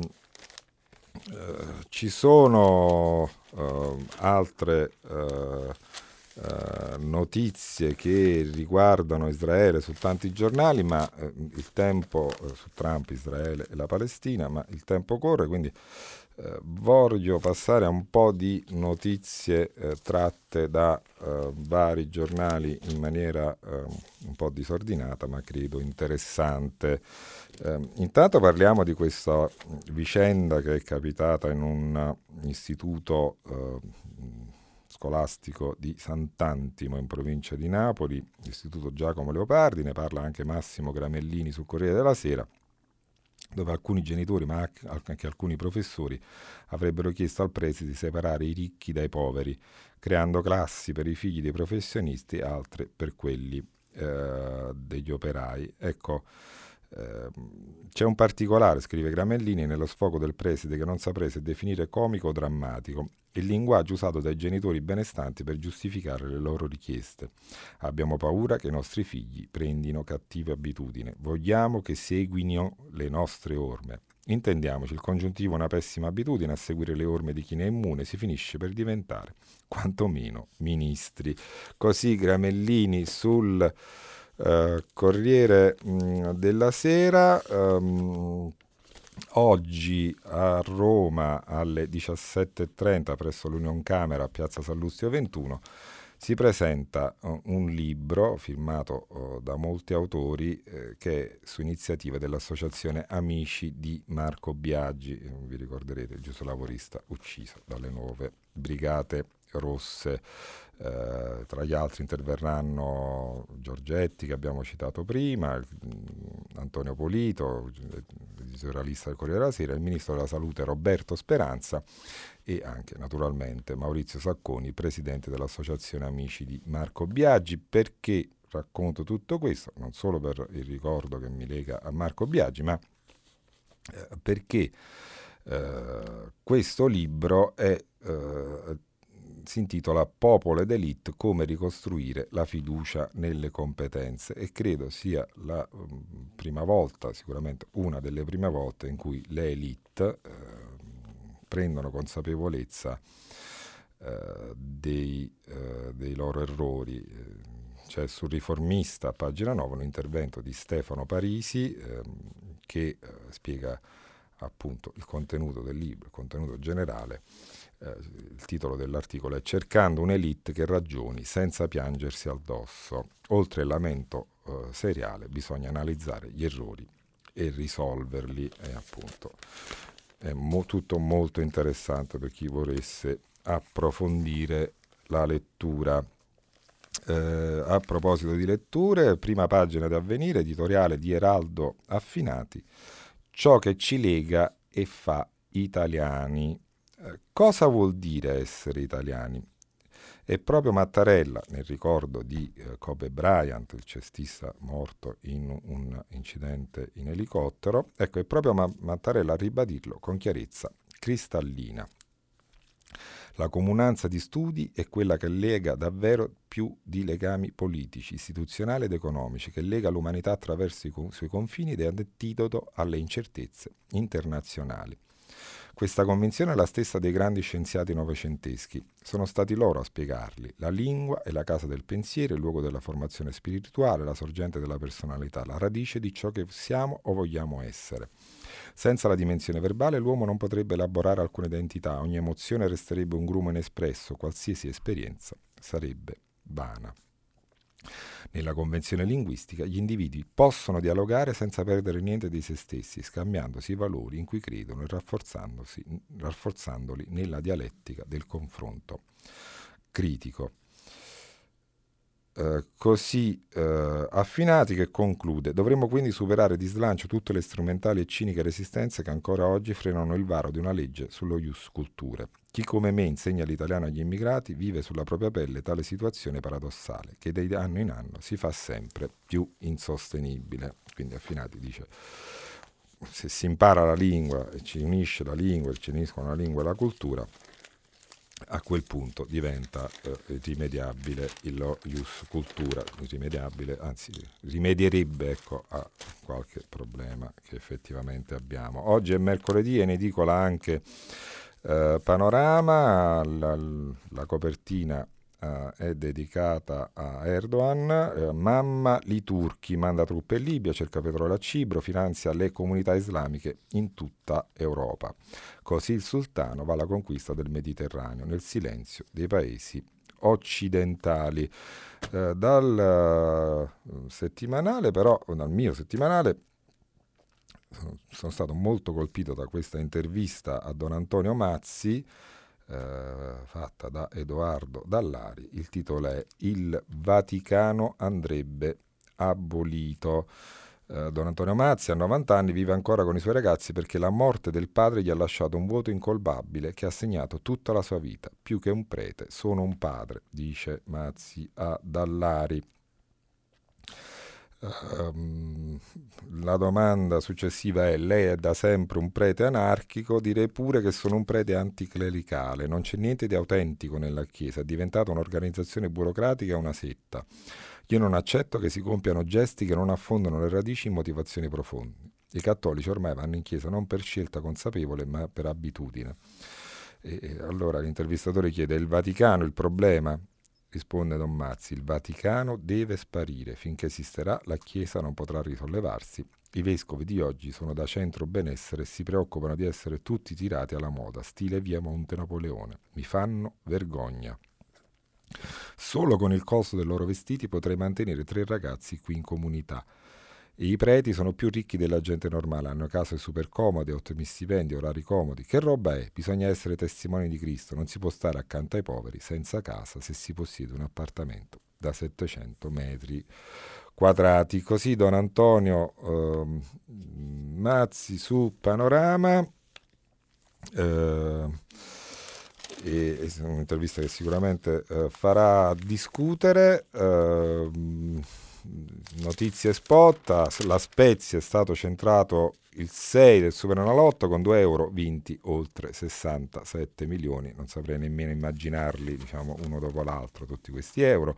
uh, ci sono uh, altre uh, Uh, notizie che riguardano Israele su tanti giornali, ma uh, il tempo uh, su Trump, Israele e la Palestina, ma il tempo corre, quindi uh, voglio passare a un po' di notizie uh, tratte da uh, vari giornali in maniera uh, un po' disordinata, ma credo interessante. Uh, intanto parliamo di questa vicenda che è capitata in un uh, istituto uh, scolastico di Sant'Antimo in provincia di Napoli, l'Istituto Giacomo Leopardi. Ne parla anche Massimo Gramellini sul Corriere della Sera, dove alcuni genitori, ma anche alcuni professori, avrebbero chiesto al preside di separare i ricchi dai poveri, creando classi per i figli dei professionisti e altre per quelli eh, degli operai. Ecco, eh, c'è un particolare, scrive Gramellini, nello sfogo del preside che non saprei se definire comico o drammatico: il linguaggio usato dai genitori benestanti per giustificare le loro richieste. Abbiamo paura che i nostri figli prendino cattive abitudini. Vogliamo che seguino le nostre orme. Intendiamoci, il congiuntivo è una pessima abitudine, a seguire le orme di chi ne è immune si finisce per diventare quantomeno ministri. Così Gramellini sul uh, Corriere mh, della Sera. Um, Oggi a Roma alle diciassette e trenta presso l'Union Camera a Piazza Sallustio ventuno si presenta uh, un libro firmato uh, da molti autori eh, che è su iniziativa dell'associazione Amici di Marco Biagi, eh, vi ricorderete, il giuslavorista ucciso dalle nuove Brigate Rosse. Eh, tra gli altri interverranno Giorgetti, che abbiamo citato prima, il, Antonio Polito, editorialista del Corriere della Sera, il ministro della Salute Roberto Speranza e anche naturalmente Maurizio Sacconi, presidente dell'associazione Amici di Marco Biagi. Perché racconto tutto questo? Non solo per il ricordo che mi lega a Marco Biagi, ma eh, perché eh, questo libro è eh, si intitola Popolo ed Elite, come ricostruire la fiducia nelle competenze, e credo sia la um, prima volta, sicuramente una delle prime volte, in cui le elite eh, prendono consapevolezza eh, dei, eh, dei loro errori. C'è sul Riformista, a pagina nove, un intervento di Stefano Parisi eh, che eh, spiega appunto il contenuto del libro, il contenuto generale. Eh, il titolo dell'articolo è Cercando un'elite che ragioni senza piangersi addosso. Oltre il lamento eh, seriale bisogna analizzare gli errori e risolverli. E appunto è mo- tutto molto interessante per chi volesse approfondire la lettura. Eh, a proposito di letture, prima pagina di Avvenire, editoriale di Eraldo Affinati, ciò che ci lega e fa italiani. Eh, cosa vuol dire essere italiani? E proprio Mattarella, nel ricordo di eh, Kobe Bryant, il cestista morto in un incidente in elicottero, ecco, è proprio Ma- Mattarella a ribadirlo con chiarezza cristallina. La comunanza di studi è quella che lega davvero più di legami politici, istituzionali ed economici, che lega l'umanità attraverso i co- suoi confini ed è antidoto alle incertezze internazionali. Questa convinzione è la stessa dei grandi scienziati novecenteschi. Sono stati loro a spiegarli. La lingua è la casa del pensiero, il luogo della formazione spirituale, la sorgente della personalità, la radice di ciò che siamo o vogliamo essere. Senza la dimensione verbale l'uomo non potrebbe elaborare alcune identità, ogni emozione resterebbe un grumo inespresso, qualsiasi esperienza sarebbe vana. Nella convenzione linguistica gli individui possono dialogare senza perdere niente di se stessi, scambiandosi i valori in cui credono e rafforzandosi, rafforzandoli nella dialettica del confronto critico. Uh, così uh, Affinati che conclude: dovremmo quindi superare di slancio tutte le strumentali e ciniche resistenze che ancora oggi frenano il varo di una legge sullo ius culturae. Chi come me insegna l'italiano agli immigrati vive sulla propria pelle tale situazione paradossale che di anno in anno si fa sempre più insostenibile. Quindi Affinati dice: se si impara la lingua e ci unisce la lingua e ci uniscono la lingua e la cultura, a quel punto diventa eh, irrimediabile il ius cultura, irrimediabile, anzi rimedierebbe, ecco, a qualche problema che effettivamente abbiamo. Oggi è mercoledì, è in edicola anche eh, Panorama, la, la copertina eh, è dedicata a Erdogan, eh, mamma li turchi, manda truppe in Libia, cerca petrolio a Cipro, finanzia le comunità islamiche in tutta Europa. Così il sultano va alla conquista del Mediterraneo nel silenzio dei paesi occidentali. Eh, dal uh, settimanale, però, dal mio settimanale, sono, sono stato molto colpito da questa intervista a Don Antonio Mazzi, eh, fatta da Edoardo Dallari. Il titolo è "Il Vaticano andrebbe abolito". Uh, Don Antonio Mazzi a novanta anni vive ancora con i suoi ragazzi perché la morte del padre gli ha lasciato un vuoto incolmabile che ha segnato tutta la sua vita. Più che un prete, sono un padre, dice Mazzi a Dallari. Uh, la domanda successiva è: lei è da sempre un prete anarchico? Direi pure che sono un prete anticlericale. Non c'è niente di autentico nella Chiesa, è diventata un'organizzazione burocratica e una setta. Io non accetto che si compiano gesti che non affondano le radici in motivazioni profonde. I cattolici ormai vanno in chiesa non per scelta consapevole, ma per abitudine. E, e allora l'intervistatore chiede: il Vaticano il problema? Risponde Don Mazzi: il Vaticano deve sparire. Finché esisterà, la Chiesa non potrà risollevarsi. I vescovi di oggi sono da centro benessere e si preoccupano di essere tutti tirati alla moda, stile via Monte Napoleone. Mi fanno vergogna. Solo con il costo dei loro vestiti potrei mantenere tre ragazzi qui in comunità. E i preti sono più ricchi della gente normale, hanno case super comode, ottimi stipendi, orari comodi. Che roba è? Bisogna essere testimoni di Cristo, non si può stare accanto ai poveri senza casa se si possiede un appartamento da settecento metri quadrati. Così Don Antonio eh, Mazzi su Panorama. Eh, e è un'intervista che sicuramente eh, farà discutere. Eh, notizie spot: la Spezia è stato centrato il sei del Superenalotto con due euro vinti oltre sessantasette milioni. Non saprei nemmeno immaginarli, diciamo, uno dopo l'altro, tutti questi euro.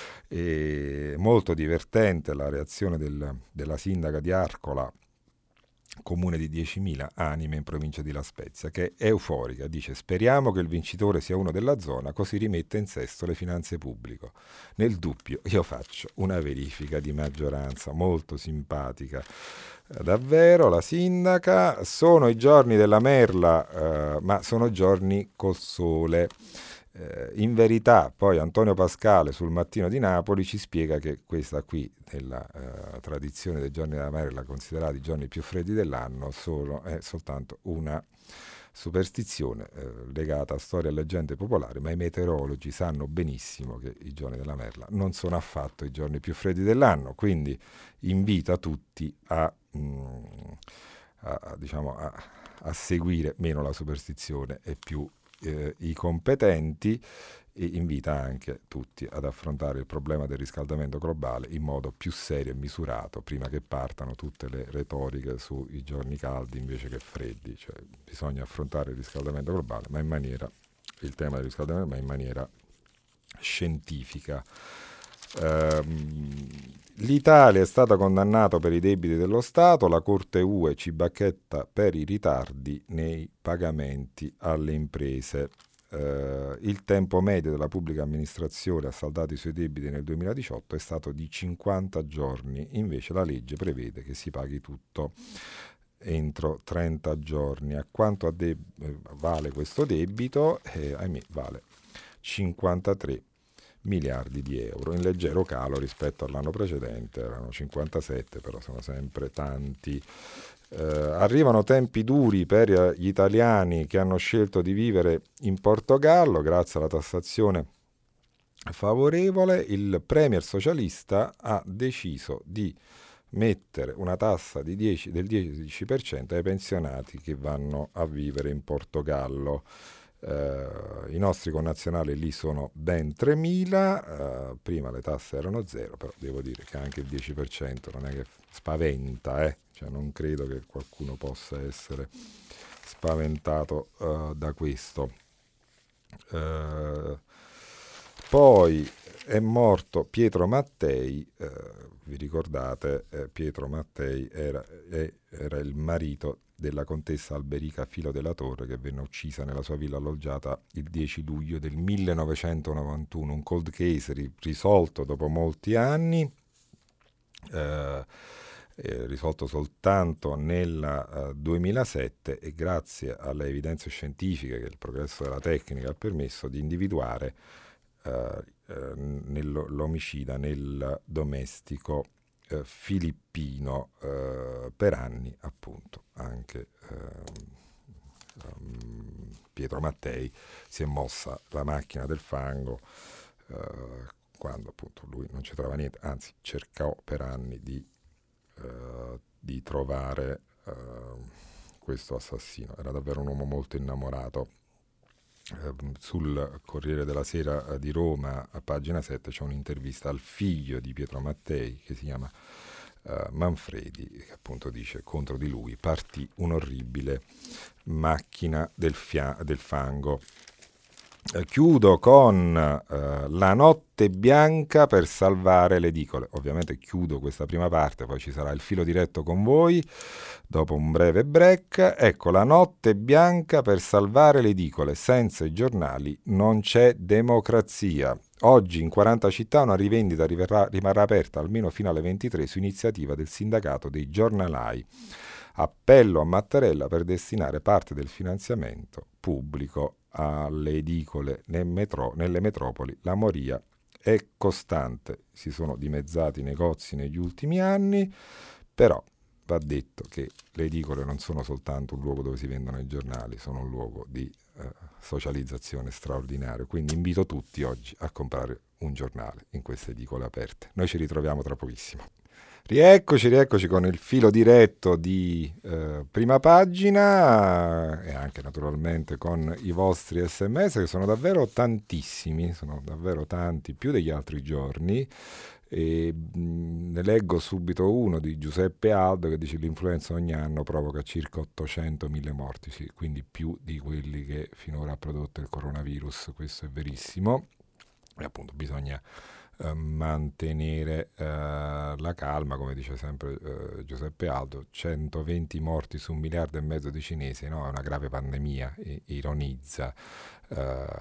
E molto divertente la reazione del, della sindaca di Arcola, comune di diecimila anime in provincia di La Spezia, che è euforica. Dice: speriamo che il vincitore sia uno della zona, così rimette in sesto le finanze pubbliche. Nel dubbio io faccio una verifica di maggioranza. Molto simpatica davvero la sindaca. Sono i giorni della merla, eh, ma sono giorni col sole. Eh, in verità poi Antonio Pascale sul Mattino di Napoli ci spiega che questa qui, nella eh, tradizione dei giorni della merla, considerati i giorni più freddi dell'anno, solo, è soltanto una superstizione eh, legata a storie e leggende popolari, ma i meteorologi sanno benissimo che i giorni della merla non sono affatto i giorni più freddi dell'anno, quindi invita tutti a, mh, a, a, diciamo, a, a seguire meno la superstizione e più eh, i competenti, e invita anche tutti ad affrontare il problema del riscaldamento globale in modo più serio e misurato, prima che partano tutte le retoriche sui giorni caldi invece che freddi. Cioè, bisogna affrontare il riscaldamento globale, ma in maniera, il tema del riscaldamento, ma in maniera scientifica. Ehm, L'Italia è stata condannata per i debiti dello Stato, la Corte U E ci bacchetta per i ritardi nei pagamenti alle imprese. Uh, il tempo medio della pubblica amministrazione ha saldato i suoi debiti nel duemiladiciotto è stato di cinquanta giorni, invece la legge prevede che si paghi tutto entro trenta giorni. A quanto a de- vale questo debito? Eh, ahimè, vale cinquantatré miliardi di euro, in leggero calo rispetto all'anno precedente, erano cinquantasette, però sono sempre tanti. Uh, arrivano tempi duri per gli italiani che hanno scelto di vivere in Portogallo grazie alla tassazione favorevole. Il premier socialista ha deciso di mettere una tassa di dieci, del dieci per cento ai pensionati che vanno a vivere in Portogallo. Uh, I nostri connazionali lì sono ben tremila, uh, prima le tasse erano zero, però devo dire che anche il dieci per cento non è che spaventa, eh? Cioè, non credo che qualcuno possa essere spaventato uh, da questo. Uh, poi è morto Pietro Mattei, uh, vi ricordate, eh, Pietro Mattei era, eh, era il marito della contessa Alberica Filo della Torre, che venne uccisa nella sua villa alloggiata il dieci luglio del millenovecentonovantuno, un cold case ri- risolto dopo molti anni, eh, eh, risolto soltanto nel uh, duemilasette, e grazie alle evidenze scientifiche che il progresso della tecnica ha permesso di individuare uh, uh, nello, l'omicida nel domestico Uh, filippino. Uh, per anni appunto anche uh, um, Pietro Mattei si è mossa la macchina del fango uh, quando appunto lui non ci trova niente, anzi cercò per anni di, uh, di trovare uh, questo assassino. Era davvero un uomo molto innamorato. Uh, sul Corriere della Sera uh, di Roma, a pagina sette, c'è un'intervista al figlio di Pietro Mattei che si chiama uh, Manfredi, che appunto dice: contro di lui partì un'orribile macchina del, fia- del fango. Uh, chiudo con uh, La notte bianca per salvare le edicole. Ovviamente chiudo questa prima parte, poi ci sarà il filo diretto con voi dopo un breve break. Ecco, la notte bianca per salvare le edicole. Senza i giornali non c'è democrazia. Oggi in quaranta città una rivendita riverrà, rimarrà aperta almeno fino alle ventitré su iniziativa del sindacato dei giornalai. Appello a Mattarella per destinare parte del finanziamento pubblico alle edicole nel metro, nelle metropoli. La moria è costante, si sono dimezzati i negozi negli ultimi anni, però va detto che le edicole non sono soltanto un luogo dove si vendono i giornali, sono un luogo di eh, socializzazione straordinario, quindi invito tutti oggi a comprare un giornale in queste edicole aperte. Noi ci ritroviamo tra pochissimo. Rieccoci, rieccoci con il filo diretto di eh, Prima Pagina, e anche naturalmente con i vostri sms, che sono davvero tantissimi, sono davvero tanti, più degli altri giorni. E mh, ne leggo subito uno di Giuseppe Aldo che dice: l'influenza ogni anno provoca circa ottocentomila morti, sì, quindi più di quelli che finora ha prodotto il coronavirus. Questo è verissimo, e appunto bisogna Uh, mantenere uh, la calma, come dice sempre uh, Giuseppe Aldo. Centoventi morti su un miliardo e mezzo di cinesi, no? È una grave pandemia, I- ironizza. Uh,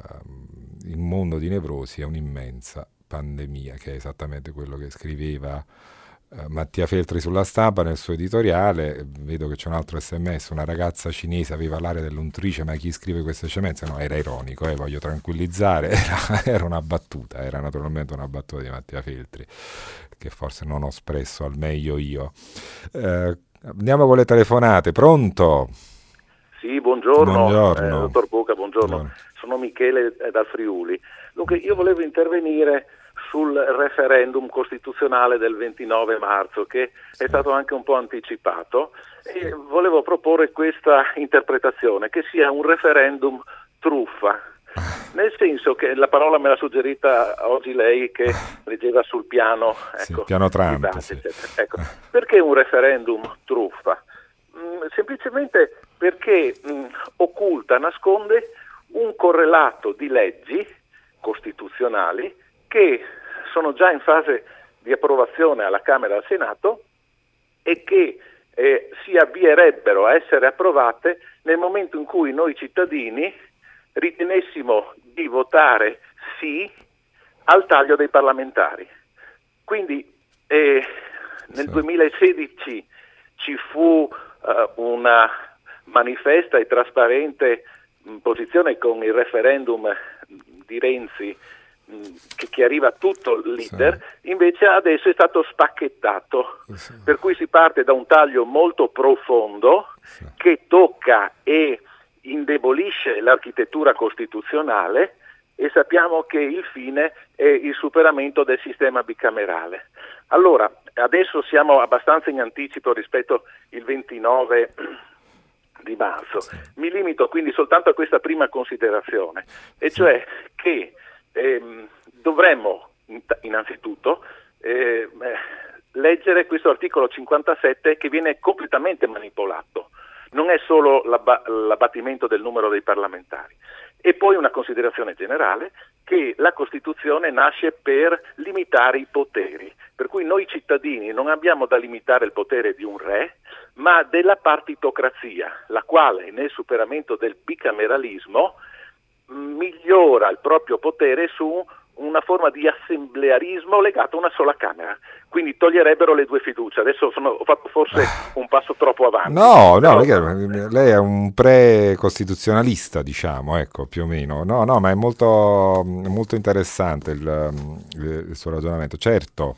il mondo di nevrosi è un'immensa pandemia, che è esattamente quello che scriveva uh, Mattia Feltri sulla Stampa nel suo editoriale. Vedo che c'è un altro sms: una ragazza cinese aveva l'aria dell'untrice, ma chi scrive queste scemenze? No, era ironico, eh, voglio tranquillizzare, era, era una battuta, era naturalmente una battuta di Mattia Feltri, che forse non ho espresso al meglio io. Eh, andiamo con le telefonate. Pronto? Sì, buongiorno, buongiorno. Eh, dottor Pucca, buongiorno. buongiorno. Sono Michele eh, dal Friuli. Dunque, io volevo intervenire sul referendum costituzionale del ventinove marzo, che sì. è stato anche un po' anticipato, e volevo proporre questa interpretazione, che sia un referendum truffa, nel senso che la parola me l'ha suggerita oggi lei, che leggeva sul piano, sì, ecco, piano Trump, base, sì. ecco. Perché un referendum truffa? Mm, semplicemente perché mh, occulta, nasconde un correlato di leggi costituzionali che sono già in fase di approvazione alla Camera e al Senato e che eh, si avvierebbero a essere approvate nel momento in cui noi cittadini ritenessimo di votare sì al taglio dei parlamentari. Quindi eh, nel sì. duemilasedici ci fu uh, una manifesta e trasparente mh, posizione con il referendum di Renzi mh, che chiariva tutto l'iter, sì. invece adesso è stato spacchettato, sì. per cui si parte da un taglio molto profondo sì. che tocca e indebolisce l'architettura costituzionale, e sappiamo che il fine è il superamento del sistema bicamerale. Allora, adesso siamo abbastanza in anticipo rispetto al ventinove di marzo. Sì. Mi limito quindi soltanto a questa prima considerazione, e cioè che ehm, dovremmo innanzitutto eh, leggere questo articolo cinquantasette, che viene completamente manipolato. Non è solo l'abba- l'abbattimento del numero dei parlamentari. E poi una considerazione generale, che la Costituzione nasce per limitare i poteri, per cui noi cittadini non abbiamo da limitare il potere di un re, ma della partitocrazia, la quale nel superamento del bicameralismo migliora il proprio potere su una forma di assemblearismo legato a una sola Camera. Quindi toglierebbero le due fiducie. Adesso sono, ho fatto forse un passo troppo avanti. No, no, però... perché lei è un pre-costituzionalista, diciamo, ecco, più o meno. No, no, ma è molto, molto interessante il, il suo ragionamento. Certo,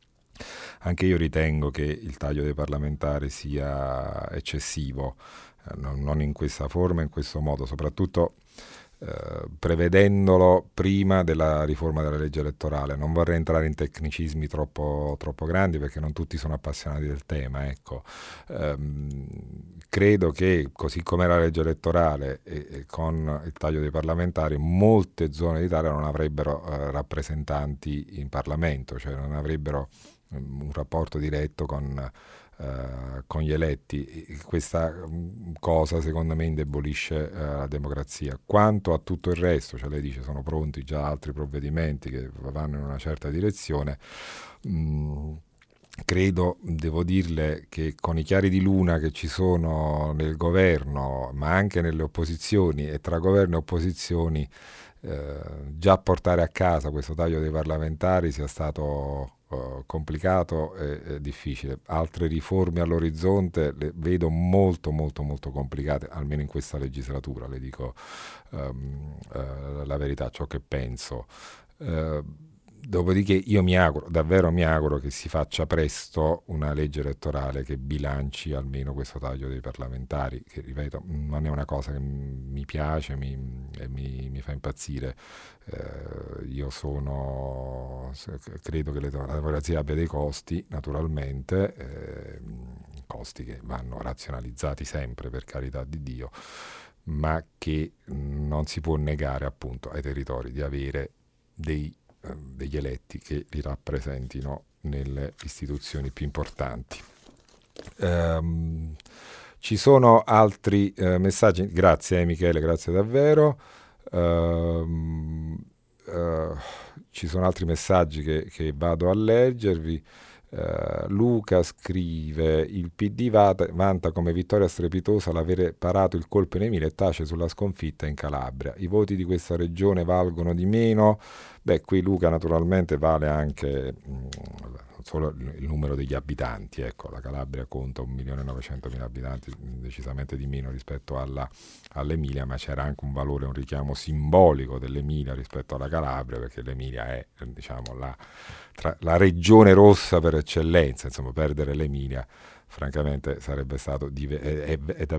anche io ritengo che il taglio dei parlamentari sia eccessivo, non, non in questa forma, in questo modo, soprattutto Uh, prevedendolo prima della riforma della legge elettorale. Non vorrei entrare in tecnicismi troppo, troppo grandi, perché non tutti sono appassionati del tema, ecco. Um, credo che così come la legge elettorale e, e con il taglio dei parlamentari, molte zone d'Italia non avrebbero uh, rappresentanti in Parlamento, cioè non avrebbero um, un rapporto diretto con Uh, con gli eletti. Questa um, cosa secondo me indebolisce uh, la democrazia. Quanto a tutto il resto, cioè lei dice sono pronti già altri provvedimenti che vanno in una certa direzione, mm, credo, devo dirle, che con i chiari di luna che ci sono nel governo, ma anche nelle opposizioni, e tra governo e opposizioni, eh, già portare a casa questo taglio dei parlamentari sia stato Uh, complicato e, e difficile. Altre riforme all'orizzonte le vedo molto molto molto complicate, almeno in questa legislatura, le dico um, uh, la verità, ciò che penso. Uh, dopodiché io mi auguro, davvero mi auguro che si faccia presto una legge elettorale che bilanci almeno questo taglio dei parlamentari, che ripeto non è una cosa che mi piace mi, e mi, mi fa impazzire. Eh, io sono credo che la democrazia abbia dei costi, naturalmente, eh, costi che vanno razionalizzati sempre, per carità di Dio, ma che non si può negare appunto ai territori di avere dei degli eletti che li rappresentino nelle istituzioni più importanti. Um, ci sono altri uh, messaggi, grazie eh, Michele, grazie davvero. Um, uh, ci sono altri messaggi che, che vado a leggervi. Uh, Luca scrive: il P D vanta, vanta come vittoria strepitosa l'avere parato il colpo in Emilia e tace sulla sconfitta in Calabria. I voti di questa regione valgono di meno. Beh, qui Luca naturalmente vale anche mh, solo il, il numero degli abitanti, ecco, la Calabria conta un milione e novecentomila abitanti, decisamente di meno rispetto alla, all'Emilia, ma c'era anche un valore, un richiamo simbolico dell'Emilia rispetto alla Calabria, perché l'Emilia è, diciamo, la, tra, la regione rossa per eccellenza. Insomma, perdere l'Emilia francamente sarebbe stato, è, è, è davvero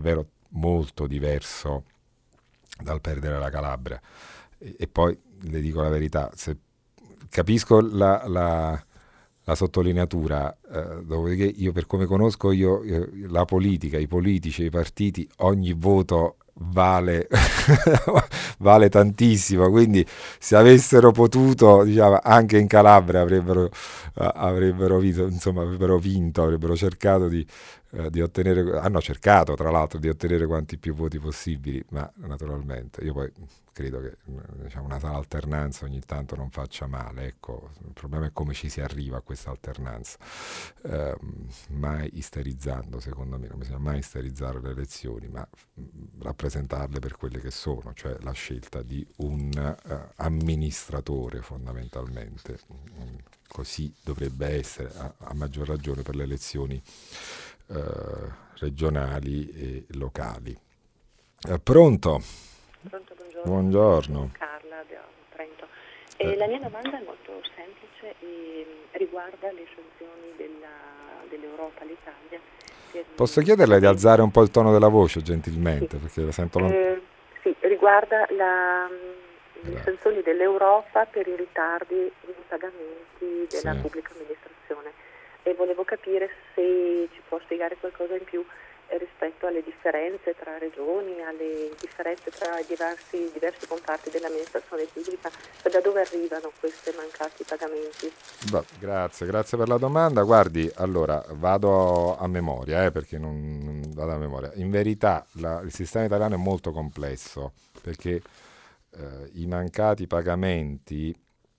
molto diverso dal perdere la Calabria. E, e poi le dico la verità, se capisco la, la, la sottolineatura, eh, dopodiché io, per come conosco io eh, la politica, i politici, i partiti, ogni voto vale vale tantissimo, quindi se avessero potuto, diciamo, anche in Calabria avrebbero, uh, avrebbero vinto, insomma avrebbero vinto, avrebbero cercato di, uh, di ottenere, hanno cercato tra l'altro di ottenere quanti più voti possibili, ma naturalmente io poi credo che, diciamo, una tale alternanza ogni tanto non faccia male, ecco. Il problema è come ci si arriva a questa alternanza, eh, mai isterizzando, secondo me non bisogna mai isterizzare le elezioni, ma mh, rappresentarle per quelle che sono, cioè la scelta di un uh, amministratore fondamentalmente. Mm, così dovrebbe essere, a, a maggior ragione per le elezioni uh, regionali e locali. Uh, pronto? Pronto, buongiorno. Buongiorno. Carla da Trento. Eh, Eh. La mia domanda è molto semplice e riguarda le sanzioni della, dell'Europa all'Italia. per- Posso chiederle di alzare un po' il tono della voce gentilmente, Sì. perché la sento lontano. Eh, sì, riguarda la, le Grazie. sanzioni dell'Europa per i ritardi nei pagamenti della Sì. pubblica amministrazione e volevo capire se ci può spiegare qualcosa in più eh, rispetto alle differenze tra regioni, alle differenze tra i diversi, diversi comparti dell'amministrazione pubblica, cioè da dove arrivano questi mancati pagamenti. Beh, grazie, grazie per la domanda. Guardi, allora vado a memoria, eh, perché non, non vado a memoria. In verità la- il sistema italiano è molto complesso, perché eh, i mancati pagamenti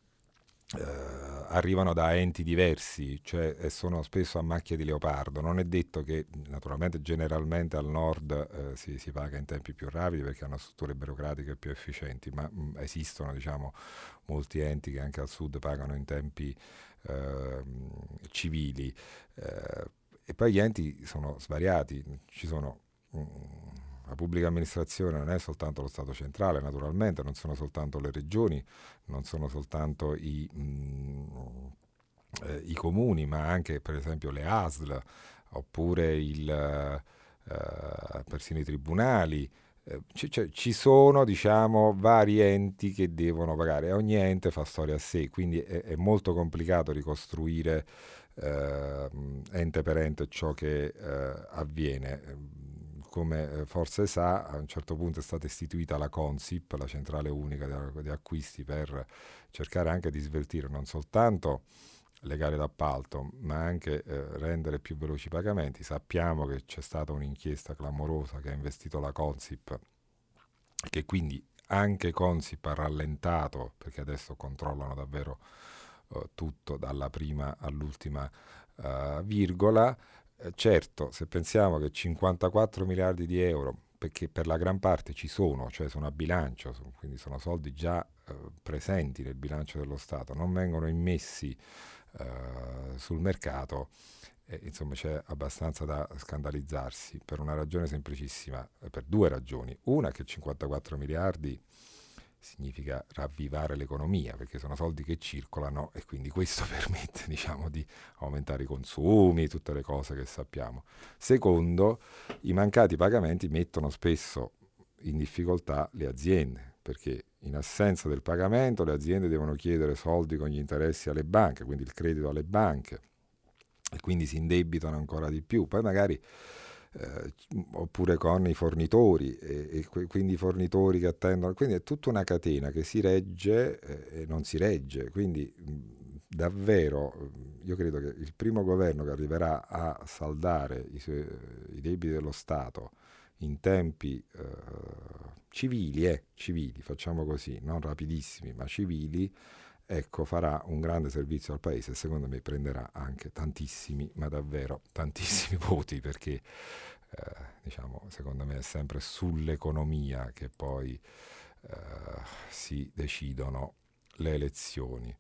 eh, arrivano da enti diversi, cioè e sono spesso a macchia di leopardo. Non è detto che, naturalmente, generalmente al nord eh, si, si paga in tempi più rapidi perché hanno strutture burocratiche più efficienti, ma mh, esistono, diciamo, molti enti che anche al sud pagano in tempi eh, civili. Eh, e poi gli enti sono svariati, ci sono... mh, la pubblica amministrazione non è soltanto lo Stato centrale, naturalmente, non sono soltanto le regioni, non sono soltanto i, mh, eh, i comuni, ma anche per esempio le A S L, oppure il, eh, persino i tribunali. Eh, ci, cioè, ci sono, diciamo, vari enti che devono pagare e ogni ente fa storia a sé, quindi è, è molto complicato ricostruire eh, ente per ente ciò che eh, avviene. Come eh, forse sa, a un certo punto è stata istituita la Consip, la centrale unica di, di acquisti, per cercare anche di sveltire non soltanto le gare d'appalto, ma anche eh, rendere più veloci i pagamenti. Sappiamo che c'è stata un'inchiesta clamorosa che ha investito la Consip, che quindi anche Consip ha rallentato, perché adesso controllano davvero eh, tutto, dalla prima all'ultima eh, virgola. Eh, certo, se pensiamo che cinquantaquattro miliardi di euro, perché per la gran parte ci sono, cioè sono a bilancio, so- quindi sono soldi già eh, presenti nel bilancio dello Stato, non vengono immessi eh, sul mercato, eh, insomma c'è abbastanza da scandalizzarsi per una ragione semplicissima, eh, per due ragioni. Una, che cinquantaquattro miliardi significa ravvivare l'economia, perché sono soldi che circolano e quindi questo permette, diciamo, di aumentare i consumi, tutte le cose che sappiamo. Secondo, i mancati pagamenti mettono spesso in difficoltà le aziende, perché in assenza del pagamento le aziende devono chiedere soldi con gli interessi alle banche, quindi il credito alle banche, e quindi si indebitano ancora di più. Poi magari eh, oppure con i fornitori e, e que- quindi i fornitori che attendono, quindi è tutta una catena che si regge eh, e non si regge, quindi mh, davvero io credo che il primo governo che arriverà a saldare i, suoi- i debiti dello Stato in tempi eh, civili, eh, civili, facciamo così, non rapidissimi ma civili, ecco, farà un grande servizio al paese e secondo me prenderà anche tantissimi, ma davvero tantissimi voti, perché eh, diciamo, secondo me è sempre sull'economia che poi eh, si decidono le elezioni.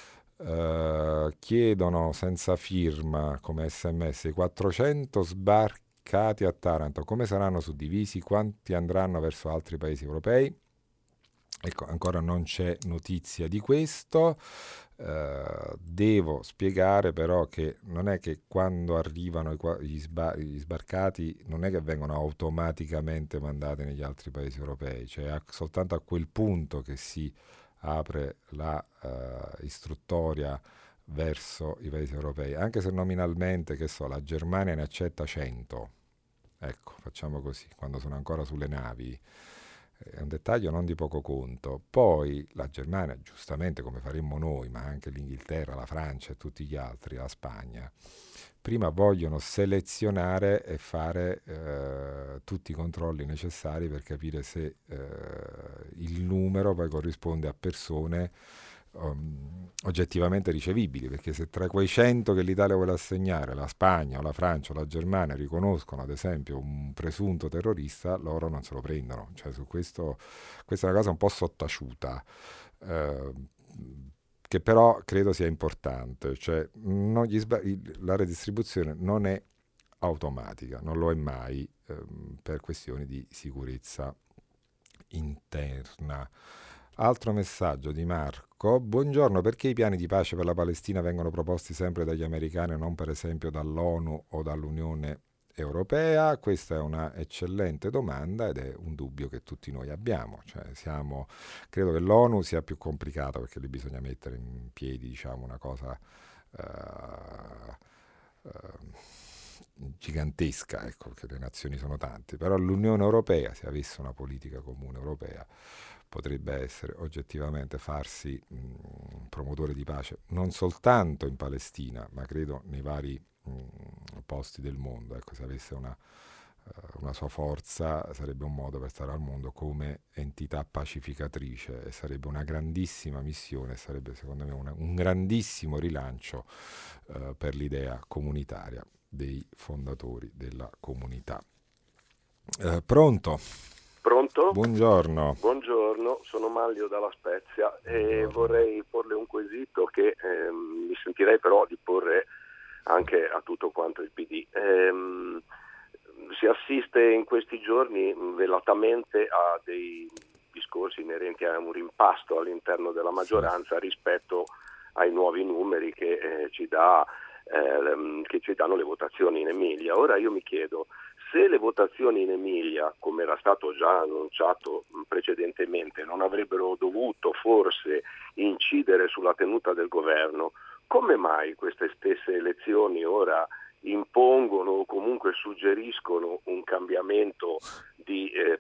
Eh, chiedono senza firma come sms i quattrocento sbarcati a Taranto, come saranno suddivisi, quanti andranno verso altri paesi europei? Ecco, ancora non c'è notizia di questo. Uh, devo spiegare però che non è che quando arrivano i, gli, sbar- gli sbarcati non è che vengono automaticamente mandati negli altri paesi europei, cioè a, soltanto a quel punto che si apre la uh, istruttoria verso i paesi europei, anche se nominalmente, che so, la Germania ne accetta cento, ecco, facciamo così, quando sono ancora sulle navi. È un dettaglio non di poco conto. Poi la Germania, giustamente come faremmo noi, ma anche l'Inghilterra, la Francia e tutti gli altri, la Spagna, prima vogliono selezionare e fare eh, tutti i controlli necessari per capire se eh, il numero poi corrisponde a persone um, oggettivamente ricevibili, perché se tra quei cento che l'Italia vuole assegnare la Spagna o la Francia o la Germania riconoscono ad esempio un presunto terrorista, loro non se lo prendono, cioè su questo questa è una cosa un po' sottaciuta, eh, che però credo sia importante, cioè non gli sba- la redistribuzione non è automatica, non lo è mai ehm, per questioni di sicurezza interna. Altro messaggio di Marco: buongiorno, perché i piani di pace per la Palestina vengono proposti sempre dagli americani e non per esempio dall'ONU o dall'Unione Europea? Questa è una eccellente domanda ed è un dubbio che tutti noi abbiamo, cioè siamo, credo che l'ONU sia più complicata perché lì bisogna mettere in piedi, diciamo, una cosa uh, uh, gigantesca, ecco, perché le nazioni sono tante, però l'Unione Europea, se avesse una politica comune europea, potrebbe essere oggettivamente farsi mh, promotore di pace non soltanto in Palestina, ma credo nei vari mh, posti del mondo. Ecco, se avesse una, uh, una sua forza, sarebbe un modo per stare al mondo come entità pacificatrice e sarebbe una grandissima missione, sarebbe secondo me una, un grandissimo rilancio uh, per l'idea comunitaria dei fondatori della comunità. Uh, pronto? Pronto? Buongiorno. Buongiorno, sono Maglio dalla Spezia e vorrei porle un quesito che ehm, mi sentirei però di porre anche a tutto quanto il P D. Ehm, si assiste in questi giorni velatamente a dei discorsi inerenti a un rimpasto all'interno della maggioranza rispetto ai nuovi numeri che, eh, ci dà, eh, che ci danno le votazioni in Emilia. Ora io mi chiedo, se le votazioni in Emilia, come era stato già annunciato precedentemente, non avrebbero dovuto forse incidere sulla tenuta del governo, come mai queste stesse elezioni ora impongono o comunque suggeriscono un cambiamento di, eh,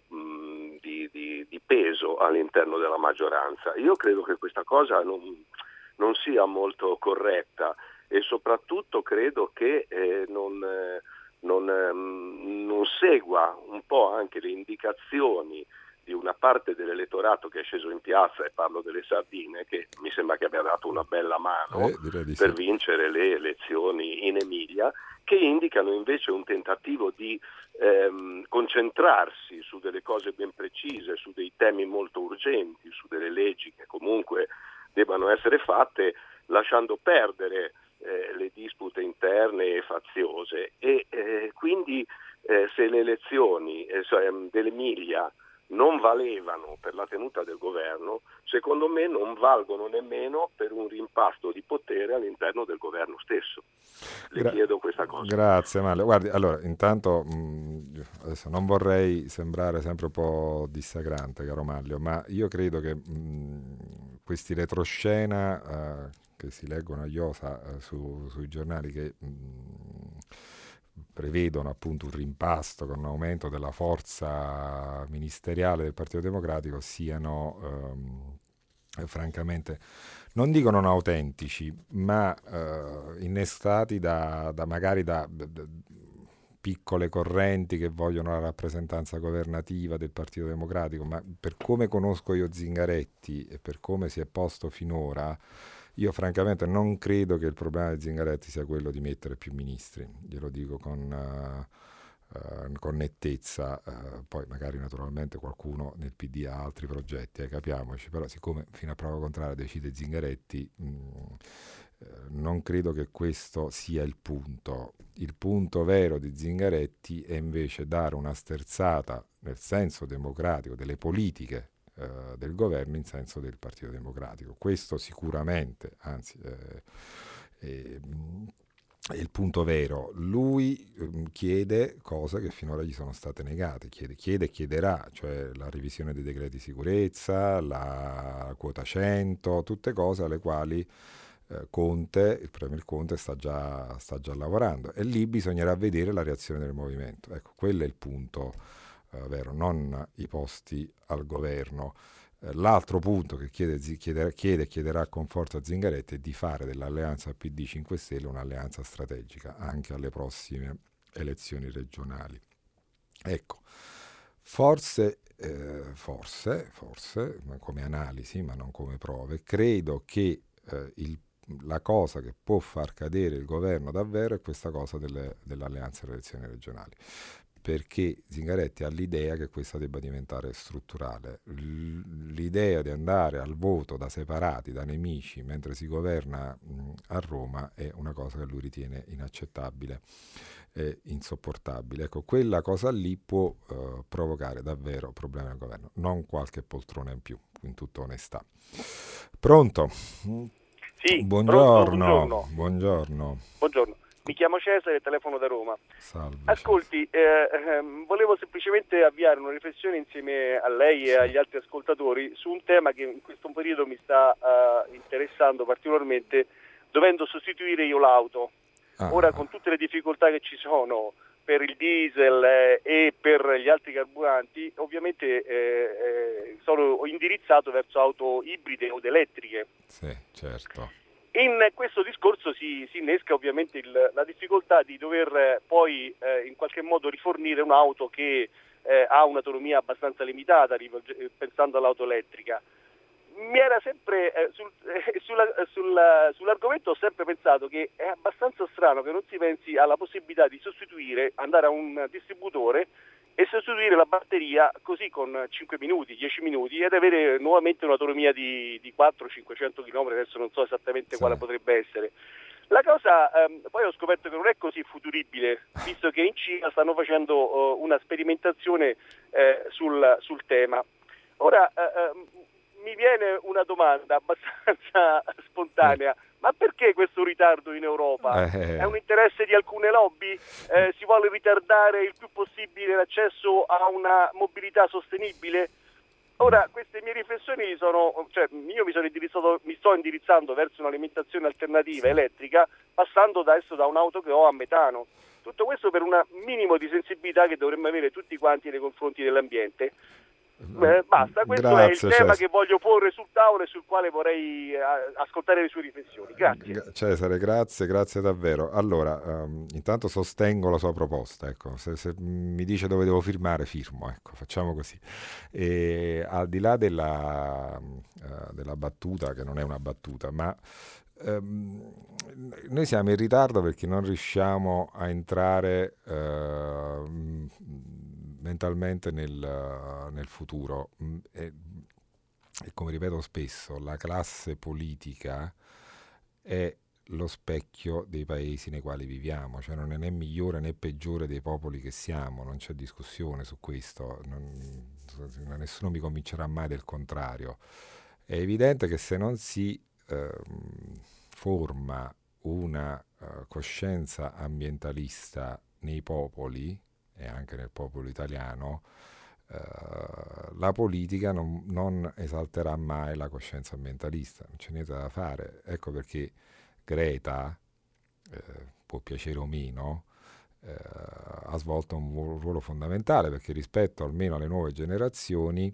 di, di, di peso all'interno della maggioranza? Io credo che questa cosa non, non sia molto corretta e soprattutto credo che eh, non... Eh, Non, ehm, non segua un po' anche le indicazioni di una parte dell'elettorato che è sceso in piazza, e parlo delle sardine, che mi sembra che abbia dato una bella mano eh, direi di per sì. vincere le elezioni in Emilia, che indicano invece un tentativo di ehm, concentrarsi su delle cose ben precise, su dei temi molto urgenti, su delle leggi che comunque debbano essere fatte, lasciando perdere Eh, le dispute interne e faziose e eh, quindi eh, se le elezioni eh, dell'Emilia non valevano per la tenuta del governo, secondo me non valgono nemmeno per un rimpasto di potere all'interno del governo stesso. Le Gra- chiedo questa cosa. Grazie Mario. Guardi, allora intanto mh, adesso non vorrei sembrare sempre un po' dissacrante, caro Maglio, ma io credo che mh, questi retroscena eh, che si leggono a iosa eh, su, sui giornali che mh, prevedono appunto un rimpasto con un aumento della forza ministeriale del Partito Democratico siano ehm, francamente, non dico non autentici, ma eh, innestati da, da magari da, da, da piccole correnti che vogliono la rappresentanza governativa del Partito Democratico, ma per come conosco io Zingaretti e per come si è posto finora, io francamente non credo che il problema di Zingaretti sia quello di mettere più ministri, glielo dico con, uh, uh, con nettezza, uh, poi magari naturalmente qualcuno nel P D ha altri progetti, eh, capiamoci, però siccome fino a prova contraria decide Zingaretti, mh, eh, non credo che questo sia il punto. Il punto vero di Zingaretti è invece dare una sterzata nel senso democratico delle politiche eh, del governo in senso del Partito Democratico. Questo sicuramente, anzi, eh, eh, è il punto vero. Lui um, chiede cose che finora gli sono state negate, chiede, chiede e chiederà, cioè la revisione dei decreti sicurezza, la quota cento, tutte cose alle quali eh, Conte, il premier Conte sta già, sta già lavorando, e lì bisognerà vedere la reazione del movimento. Ecco, quello è il punto eh, vero, non i posti al governo. L'altro punto che chiede, chiede, chiede chiederà con forza Zingaretti è di fare dell'alleanza P D cinque Stelle un'alleanza strategica anche alle prossime elezioni regionali. Ecco, forse, eh, forse, forse, come analisi ma non come prove, credo che eh, il, la cosa che può far cadere il governo davvero è questa cosa delle, dell'alleanza alle elezioni regionali, perché Zingaretti ha l'idea che questa debba diventare strutturale. L'idea di andare al voto da separati, da nemici, mentre si governa mh, a Roma è una cosa che lui ritiene inaccettabile e insopportabile. Ecco, quella cosa lì può uh, provocare davvero problemi al governo, non qualche poltrona in più, in tutta onestà. Pronto? Sì, buongiorno. Pronto, buongiorno. Buongiorno. Buongiorno. Mi chiamo Cesare e telefono da Roma. Salve. Ascolti, eh, ehm, volevo semplicemente avviare una riflessione insieme a lei sì. e agli altri ascoltatori su un tema che in questo periodo mi sta uh, interessando particolarmente, dovendo sostituire io l'auto. Ah. Ora, con tutte le difficoltà che ci sono per il diesel eh, e per gli altri carburanti, ovviamente eh, eh, sono indirizzato verso auto ibride o elettriche. Sì, certo. In questo discorso si, si innesca ovviamente il, la difficoltà di dover eh, poi eh, in qualche modo rifornire un'auto che eh, ha un'autonomia abbastanza limitata, rivolge, pensando all'auto elettrica. Mi era sempre eh, sul, eh, sulla, sulla, sull'argomento ho sempre pensato che è abbastanza strano che non si pensi alla possibilità di sostituire, andare a un distributore e sostituire la batteria così con cinque minuti, dieci minuti ed avere nuovamente un'autonomia di, di quattrocento cinquecento chilometri, adesso non so esattamente sì. quale potrebbe essere. La cosa, ehm, poi ho scoperto che non è così futuribile, visto che in Cina stanno facendo uh, una sperimentazione eh, sul, sul tema. Ora, eh, mi viene una domanda abbastanza spontanea. Ma perché questo ritardo in Europa? Eh. È un interesse di alcune lobby? Eh, si vuole ritardare il più possibile l'accesso a una mobilità sostenibile? Ora, queste mie riflessioni sono, cioè io mi sono indirizzato, mi sto indirizzando verso un'alimentazione alternativa elettrica, passando adesso da un'auto che ho a metano. Tutto questo per un minimo di sensibilità che dovremmo avere tutti quanti nei confronti dell'ambiente. Eh, basta, questo Grazie, è il tema Cesare. che voglio porre sul tavolo e sul quale vorrei eh, ascoltare le sue riflessioni. Grazie. Cesare, grazie, grazie davvero. Allora, um, intanto sostengo la sua proposta, ecco. se, se mi dice dove devo firmare, firmo, ecco, facciamo così. E, al di là della, uh, della battuta, che non è una battuta, ma um, noi siamo in ritardo perché non riusciamo a entrare uh, mentalmente nel, nel futuro e, e come ripeto spesso, la classe politica è lo specchio dei paesi nei quali viviamo, cioè non è né migliore né peggiore dei popoli che siamo, non c'è discussione su questo, non, nessuno mi convincerà mai del contrario. È evidente che se non si eh, forma una uh, coscienza ambientalista nei popoli e anche nel popolo italiano, eh, la politica non, non esalterà mai la coscienza ambientalista, non c'è niente da fare. Ecco perché Greta, eh, può piacere o meno, eh, ha svolto un ruolo fondamentale, perché rispetto almeno alle nuove generazioni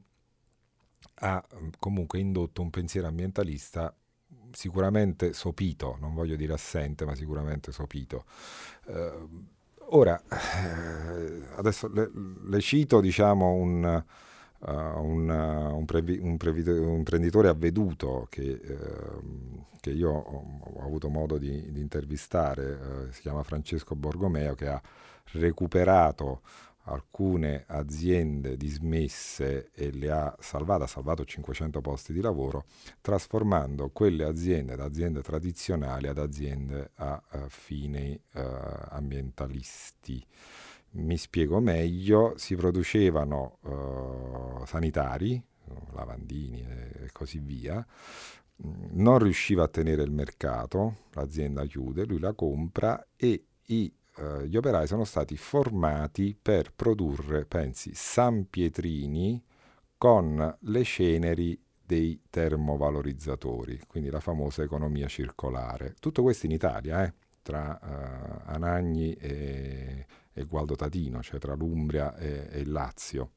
ha comunque indotto un pensiero ambientalista sicuramente sopito, non voglio dire assente, ma sicuramente sopito. Eh, Ora, eh, adesso le, le cito diciamo un, uh, un, uh, un, previ, un, previ, un imprenditore avveduto che, uh, che io ho, ho avuto modo di, di intervistare, uh, si chiama Francesco Borgomeo, che ha recuperato alcune aziende dismesse e le ha salvate, ha salvato cinquecento posti di lavoro, trasformando quelle aziende da aziende tradizionali ad aziende a, a fini uh, ambientalisti. Mi spiego meglio: si producevano uh, sanitari, lavandini e, e così via, non riusciva a tenere il mercato, l'azienda chiude, lui la compra e i, eh, gli operai sono stati formati per produrre, pensi, sanpietrini con le ceneri dei termovalorizzatori, quindi la famosa economia circolare. Tutto questo in Italia, eh, tra uh, Anagni e, e Gualdo Tatino, cioè tra l'Umbria e, e il Lazio.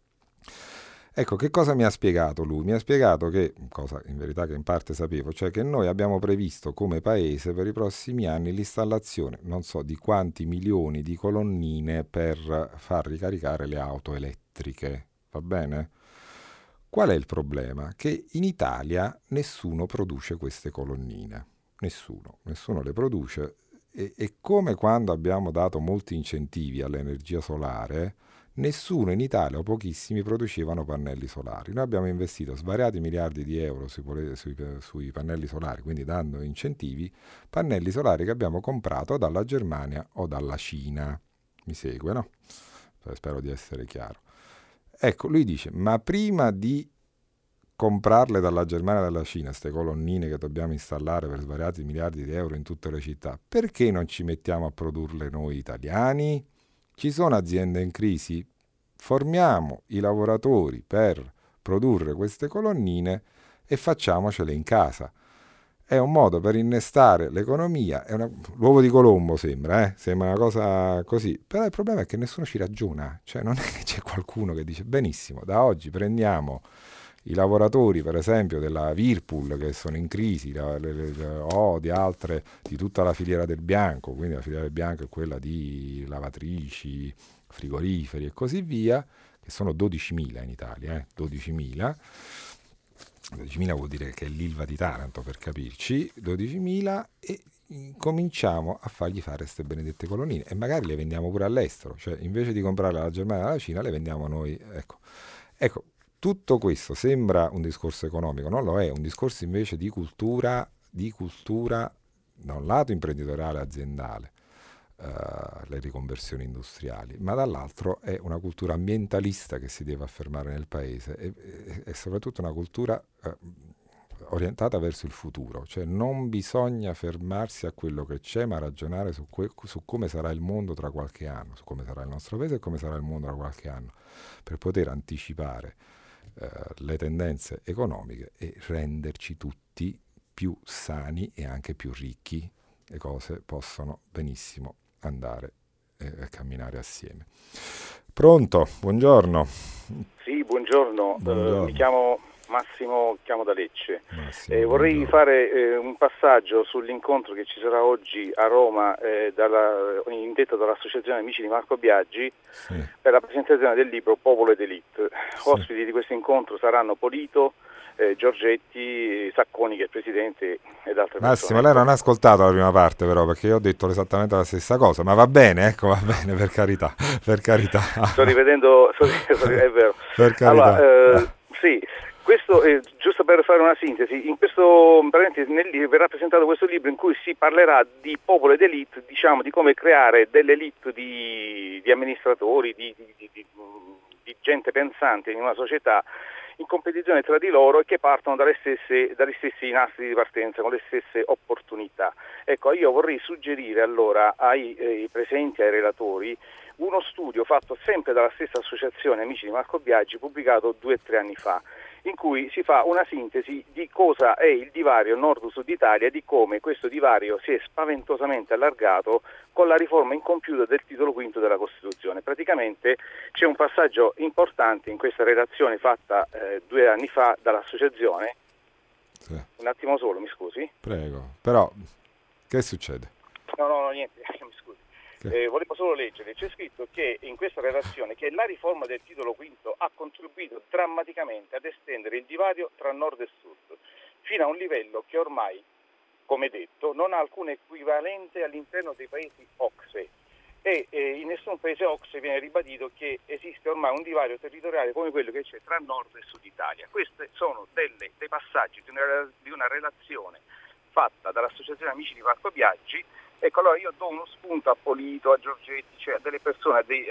Ecco, che cosa mi ha spiegato lui? Mi ha spiegato che, cosa in verità che in parte sapevo, cioè che noi abbiamo previsto come paese per i prossimi anni l'installazione, non so di quanti milioni di colonnine per far ricaricare le auto elettriche, va bene? Qual è il problema? Che in Italia nessuno produce queste colonnine, nessuno, nessuno le produce e, e come quando abbiamo dato molti incentivi all'energia solare, nessuno in Italia o pochissimi producevano pannelli solari. Noi abbiamo investito svariati miliardi di euro sui, sui, sui pannelli solari, quindi dando incentivi, pannelli solari che abbiamo comprato dalla Germania o dalla Cina. Mi segue, no? Spero di essere chiaro. Ecco, lui dice, ma prima di comprarle dalla Germania e dalla Cina, queste colonnine che dobbiamo installare per svariati miliardi di euro in tutte le città, perché non ci mettiamo a produrle noi italiani? Ci sono aziende in crisi? Formiamo i lavoratori per produrre queste colonnine e facciamocele in casa. È un modo per innestare l'economia, è una, l'uovo di Colombo sembra, eh? Sembra una cosa così, però il problema è che nessuno ci ragiona, cioè non è che c'è qualcuno che dice benissimo, da oggi prendiamo i lavoratori per esempio della Whirlpool che sono in crisi la, le, le, o di altre, di tutta la filiera del bianco, quindi la filiera del bianco è quella di lavatrici, frigoriferi e così via, che sono dodicimila in Italia, eh? dodicimila. dodicimila vuol dire che è l'Ilva di Taranto, per capirci, dodicimila, e cominciamo a fargli fare queste benedette colonnine e magari le vendiamo pure all'estero, cioè invece di comprarle alla Germania e alla Cina le vendiamo noi, ecco. Ecco, tutto questo sembra un discorso economico, non lo è, è un discorso invece di cultura, di cultura da un lato imprenditoriale aziendale, Uh, le riconversioni industriali, ma dall'altro è una cultura ambientalista che si deve affermare nel paese e, e, e soprattutto una cultura uh, orientata verso il futuro, cioè non bisogna fermarsi a quello che c'è, ma ragionare su, que- su come sarà il mondo tra qualche anno, su come sarà il nostro paese e come sarà il mondo tra qualche anno, per poter anticipare uh, le tendenze economiche e renderci tutti più sani e anche più ricchi. Le cose possono benissimo andare e eh, camminare assieme. Pronto? Buongiorno. Sì, buongiorno. buongiorno. Uh, mi chiamo Massimo, chiamo da Lecce. Massimo, eh, vorrei buongiorno. fare eh, un passaggio sull'incontro che ci sarà oggi a Roma, eh, dalla, indetto dall'Associazione Amici di Marco Biagi, sì, per la presentazione del libro Popolo ed Elite. Sì. Ospiti di questo incontro saranno Polito, Eh, Giorgetti, Sacconi che è presidente ed altre persone. Massimo, lei non ha ascoltato la prima parte però, perché io ho detto esattamente la stessa cosa, ma va bene, ecco, va bene, per carità, per carità. Sto rivedendo, sto, sto, è vero. Per carità. Allora, eh, sì, questo è giusto per fare una sintesi, in questo parentesi, nel libro verrà presentato questo libro in cui si parlerà di popolo ed elite, diciamo di come creare delle elite di, di amministratori, di, di, di, di, di gente pensante in una società in competizione tra di loro e che partono dalle stesse, dagli stessi nastri di partenza, con le stesse opportunità. Ecco, io vorrei suggerire allora ai, ai presenti, ai relatori, uno studio fatto sempre dalla stessa associazione Amici di Marco Biagi, pubblicato due o tre anni fa, in cui si fa una sintesi di cosa è il divario nord-sud Italia e di come questo divario si è spaventosamente allargato con la riforma incompiuta del titolo quinto della Costituzione. Praticamente c'è un passaggio importante in questa relazione fatta eh, due anni fa dall'associazione. Sì. Un attimo solo, mi scusi. Prego, però che succede? No, no, no, niente, mi scusi. Eh, volevo solo leggere, c'è scritto che in questa relazione che la riforma del titolo quinto ha contribuito drammaticamente ad estendere il divario tra nord e sud, fino a un livello che ormai, come detto, non ha alcun equivalente all'interno dei paesi O C S E e eh, in nessun paese O C S E viene ribadito che esiste ormai un divario territoriale come quello che c'è tra nord e sud Italia. Questi sono delle, dei passaggi di una, di una relazione fatta dall'Associazione Amici di Marco Biagi. Ecco, allora io do uno spunto a Polito, a Giorgetti, cioè a delle persone, a dei,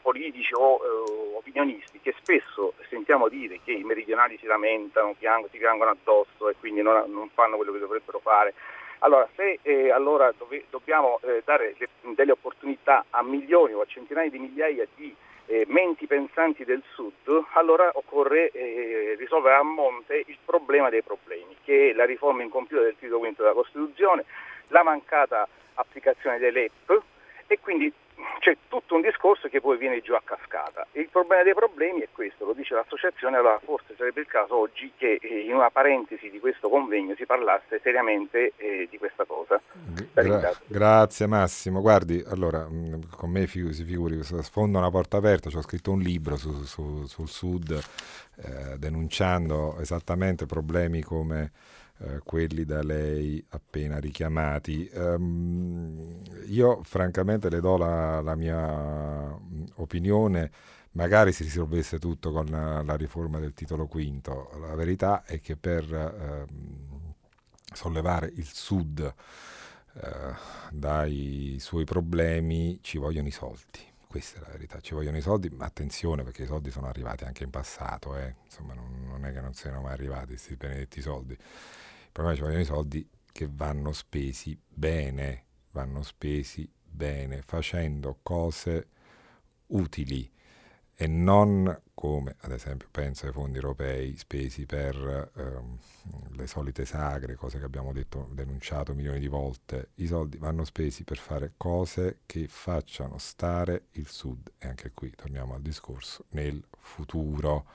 politici o eh, opinionisti che spesso sentiamo dire che i meridionali si lamentano, piangono, si piangono addosso e quindi non, non fanno quello che dovrebbero fare. Allora, se eh, allora dove, dobbiamo eh, dare le, delle opportunità a milioni o a centinaia di migliaia di eh, menti pensanti del Sud, allora occorre eh, risolvere a monte il problema dei problemi, che è la riforma incompiuta del titolo quinto della Costituzione, la mancata applicazione dei L E P, e quindi c'è tutto un discorso che poi viene giù a cascata. Il problema dei problemi è questo, lo dice l'associazione, allora forse sarebbe il caso oggi che in una parentesi di questo convegno si parlasse seriamente eh, di questa cosa. Gra- grazie Massimo. Guardi, allora, con me fi- si figuri, sfondo una porta aperta, ci ho scritto un libro su, su, sul Sud eh, denunciando esattamente problemi come Eh, quelli da lei appena richiamati. Um, io francamente le do la, la mia opinione, magari si risolvesse tutto con la, la riforma del titolo quinto. La verità è che per um, sollevare il Sud uh, dai suoi problemi ci vogliono i soldi. Questa è la verità, ci vogliono i soldi, ma attenzione perché i soldi sono arrivati anche in passato, eh. Insomma non, non è che non siano mai arrivati questi benedetti soldi. Il problema è che ci vogliono i soldi che vanno spesi bene, vanno spesi bene, facendo cose utili e non come, ad esempio, penso ai fondi europei spesi per ehm, le solite sagre, cose che abbiamo detto, denunciato milioni di volte. I soldi vanno spesi per fare cose che facciano stare il Sud, e anche qui torniamo al discorso, nel futuro.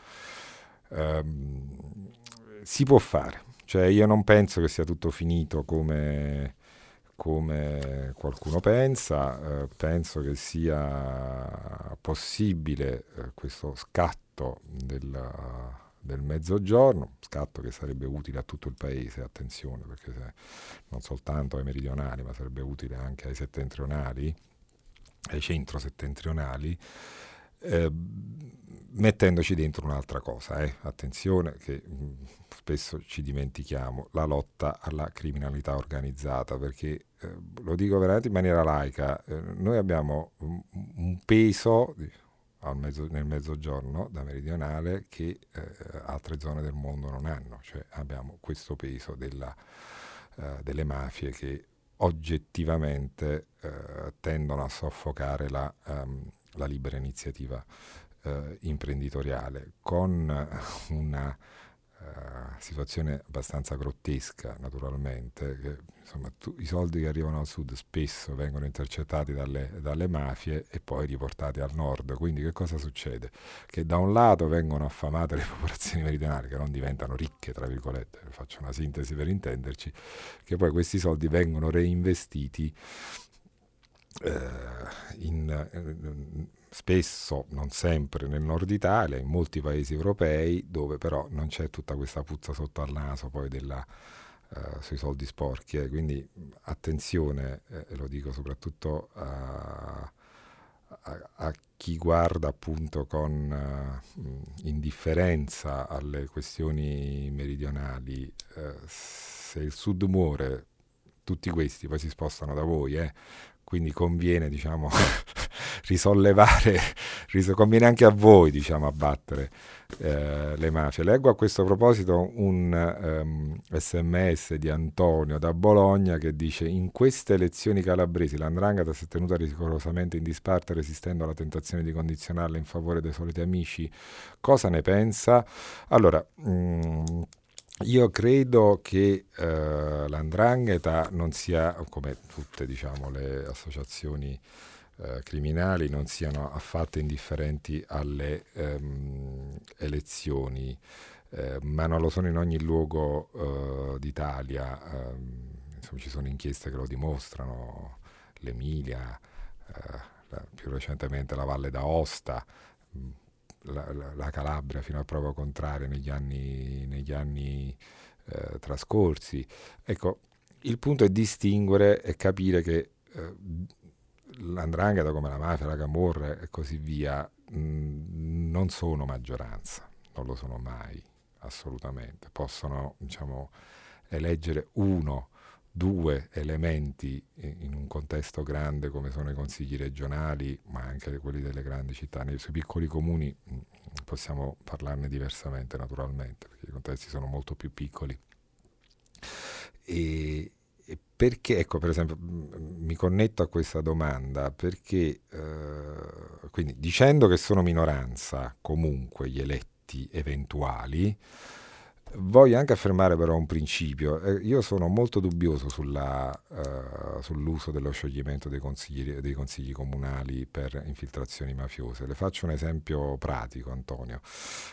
Um, si può fare. Cioè io non penso che sia tutto finito come, come qualcuno pensa, eh, penso che sia possibile eh, questo scatto del, del mezzogiorno, scatto che sarebbe utile a tutto il paese, attenzione, perché se, non soltanto ai meridionali, ma sarebbe utile anche ai settentrionali, ai centro-settentrionali, eh, mettendoci dentro un'altra cosa, eh. Attenzione che mh, spesso ci dimentichiamo, la lotta alla criminalità organizzata, perché eh, lo dico veramente in maniera laica, eh, noi abbiamo un, un peso al mezzo, nel mezzogiorno da meridionale che eh, altre zone del mondo non hanno, cioè abbiamo questo peso della, eh, delle mafie che oggettivamente eh, tendono a soffocare la, um, la libera iniziativa Uh, imprenditoriale, con uh, una uh, situazione abbastanza grottesca, naturalmente, che insomma tu, i soldi che arrivano al Sud spesso vengono intercettati dalle, dalle mafie e poi riportati al nord. Quindi che cosa succede? Che da un lato vengono affamate le popolazioni meridionali, che non diventano ricche, tra virgolette, faccio una sintesi per intenderci, che poi questi soldi vengono reinvestiti uh, in, in spesso, non sempre, nel nord Italia, in molti paesi europei, dove però non c'è tutta questa puzza sotto al naso poi della, uh, sui soldi sporchi. Eh. Quindi attenzione, eh, lo dico soprattutto a, a, a chi guarda appunto con uh, indifferenza alle questioni meridionali. Uh, se il Sud muore, tutti questi poi si spostano da voi, eh. Quindi conviene, diciamo, risollevare, ris- conviene anche a voi, diciamo, abbattere eh, le mafie. Leggo a questo proposito un um, sms di Antonio da Bologna che dice: in queste elezioni calabresi la 'ndrangheta si è tenuta rigorosamente in disparte, resistendo alla tentazione di condizionarla in favore dei soliti amici. Cosa ne pensa? Allora, mh, io credo che eh, la 'ndrangheta non sia, come tutte, diciamo, le associazioni eh, criminali, non siano affatto indifferenti alle ehm, elezioni, eh, ma non lo sono in ogni luogo eh, d'Italia. Eh, insomma, ci sono inchieste che lo dimostrano, l'Emilia, eh, la, più recentemente la Valle d'Aosta, mh, La, la, la Calabria fino al proprio contrario negli anni, negli anni eh, trascorsi. Ecco, il punto è distinguere e capire che eh, l''ndrangheta, come la mafia, la camorra e così via, mh, non sono maggioranza, non lo sono mai, assolutamente. Possono, diciamo, eleggere uno due elementi in un contesto grande come sono i consigli regionali, ma anche quelli delle grandi città. Nei sui piccoli comuni possiamo parlarne diversamente, naturalmente, perché i contesti sono molto più piccoli. E, e perché, ecco, per esempio, mi connetto a questa domanda perché, eh, quindi, dicendo che sono minoranza comunque gli eletti eventuali, voglio anche affermare però un principio. Eh, io sono molto dubbioso sulla, uh, sull'uso dello scioglimento dei consigli, dei consigli comunali per infiltrazioni mafiose. Le faccio un esempio pratico, Antonio.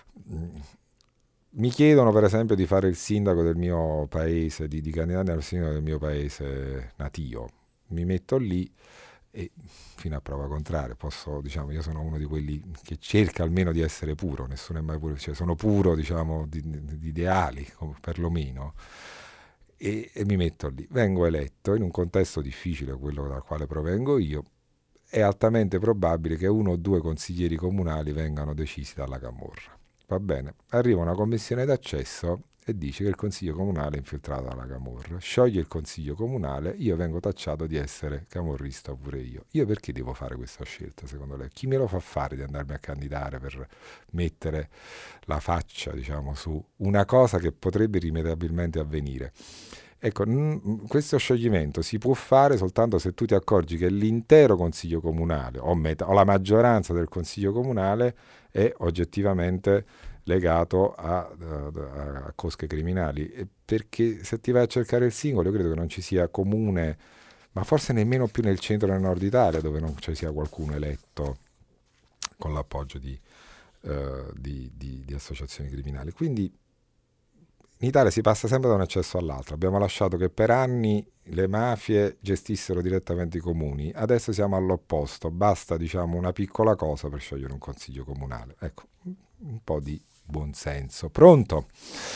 Mi chiedono per esempio di fare il sindaco del mio paese, di, di candidarmi al sindaco del mio paese natio. Mi metto lì e fino a prova contraria posso, diciamo, io sono uno di quelli che cerca almeno di essere puro, nessuno è mai puro, cioè sono puro, diciamo, di, di ideali, perlomeno, e, e mi metto lì, vengo eletto in un contesto difficile, quello dal quale provengo io. È altamente probabile che uno o due consiglieri comunali vengano decisi dalla camorra. Va bene, arriva una commissione d'accesso e dice che il consiglio comunale è infiltrato dalla camorra, scioglie il consiglio comunale, io vengo tacciato di essere camorrista pure io. Io perché devo fare questa scelta, secondo lei? Chi me lo fa fare di andarmi a candidare per mettere la faccia, diciamo, su una cosa che potrebbe irrimediabilmente avvenire? Ecco, n- questo scioglimento si può fare soltanto se tu ti accorgi che l'intero consiglio comunale o, meta- o la maggioranza del consiglio comunale è oggettivamente legato a, a, a cosche criminali, e perché se ti vai a cercare il singolo io credo che non ci sia comune, ma forse nemmeno più nel centro e nel nord Italia, dove non ci sia qualcuno eletto con l'appoggio di, uh, di, di, di associazioni criminali. Quindi in Italia si passa sempre da un eccesso all'altro. Abbiamo lasciato che per anni le mafie gestissero direttamente i comuni, adesso siamo all'opposto, basta, diciamo, una piccola cosa per sciogliere un consiglio comunale. Ecco, un po' di buonsenso. Pronto?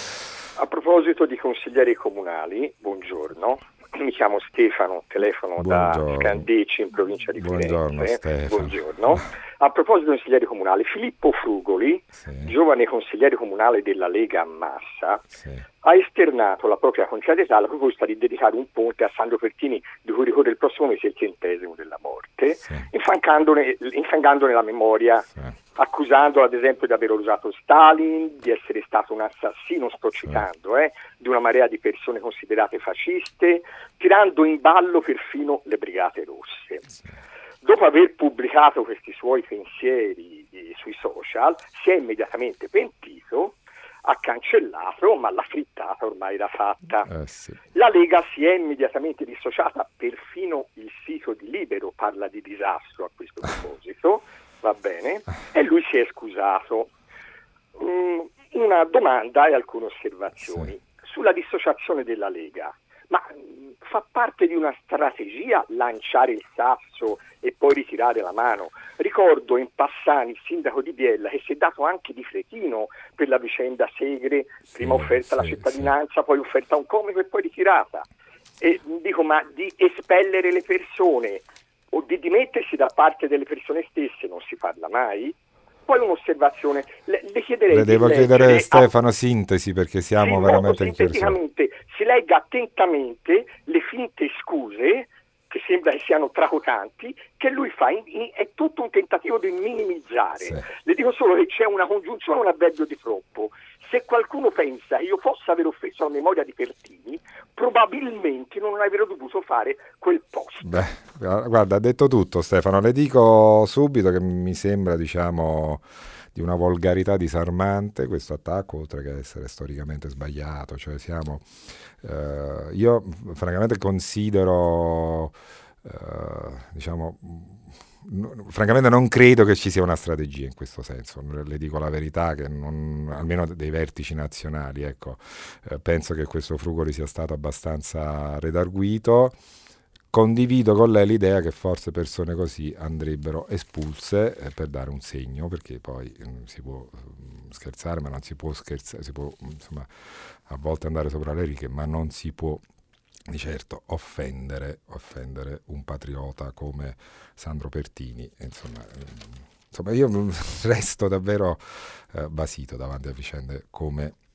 A proposito di consiglieri comunali, buongiorno. Mi chiamo Stefano, telefono buongiorno. Da Scandecci in provincia di buongiorno, Firenze. Stefano. Buongiorno. A proposito di consiglieri comunali, Filippo Frugoli, sì. giovane consigliere comunale della Lega a Massa, sì. ha esternato la propria contrarietà alla proposta di dedicare un ponte a Sandro Pertini, di cui ricorre il prossimo mese il centesimo della morte, sì. infangandone, infangandone la memoria, sì. accusandolo ad esempio di aver usato Stalin, di essere stato un assassino, sto citando, sì. eh, di una marea di persone considerate fasciste, tirando in ballo perfino le Brigate Rosse. Sì. Dopo aver pubblicato questi suoi pensieri eh, sui social, si è immediatamente pentito, ha cancellato, ma la frittata ormai era fatta. Eh sì. La Lega si è immediatamente dissociata, perfino il sito di Libero parla di disastro a questo proposito, va bene, e lui si è scusato. Mm, una domanda e alcune osservazioni. Sì. Sulla dissociazione della Lega. Ma fa parte di una strategia lanciare il sasso e poi ritirare la mano? Ricordo in Passani, il sindaco di Biella, che si è dato anche di cretino per la vicenda Segre, prima sì, offerta alla sì, cittadinanza, sì. poi offerta a un comico e poi ritirata. E dico, ma di espellere le persone o di dimettersi da parte delle persone stesse non si parla mai? Poi un'osservazione, le, le chiederei le devo di chiedere Stefano a... sintesi perché siamo sì, veramente in chiusura. Si legga attentamente le finte scuse che sembra che siano tracotanti, che lui fa, in, in, è tutto un tentativo di minimizzare. Sì. Le dico solo che c'è una congiunzione, un avverbio di troppo. Se qualcuno pensa che io possa aver offeso la memoria di Pertini, probabilmente non avrei dovuto fare quel post. Beh, guarda, ha detto tutto Stefano. Le dico subito che mi sembra, diciamo, di una volgarità disarmante questo attacco, oltre che essere storicamente sbagliato. Cioè siamo, eh, io francamente considero, eh, diciamo, n- francamente non credo che ci sia una strategia in questo senso. Le dico la verità, che non, almeno dei vertici nazionali, ecco, eh, penso che questo Frugoli sia stato abbastanza redarguito. Condivido con lei l'idea che forse persone così andrebbero espulse, eh, per dare un segno, perché poi mh, si può mh, scherzare, ma non si può scherzare, si può insomma a volte andare sopra le righe, ma non si può di certo offendere, offendere un patriota come Sandro Pertini. Insomma, mh, insomma io resto davvero eh, basito davanti a vicende come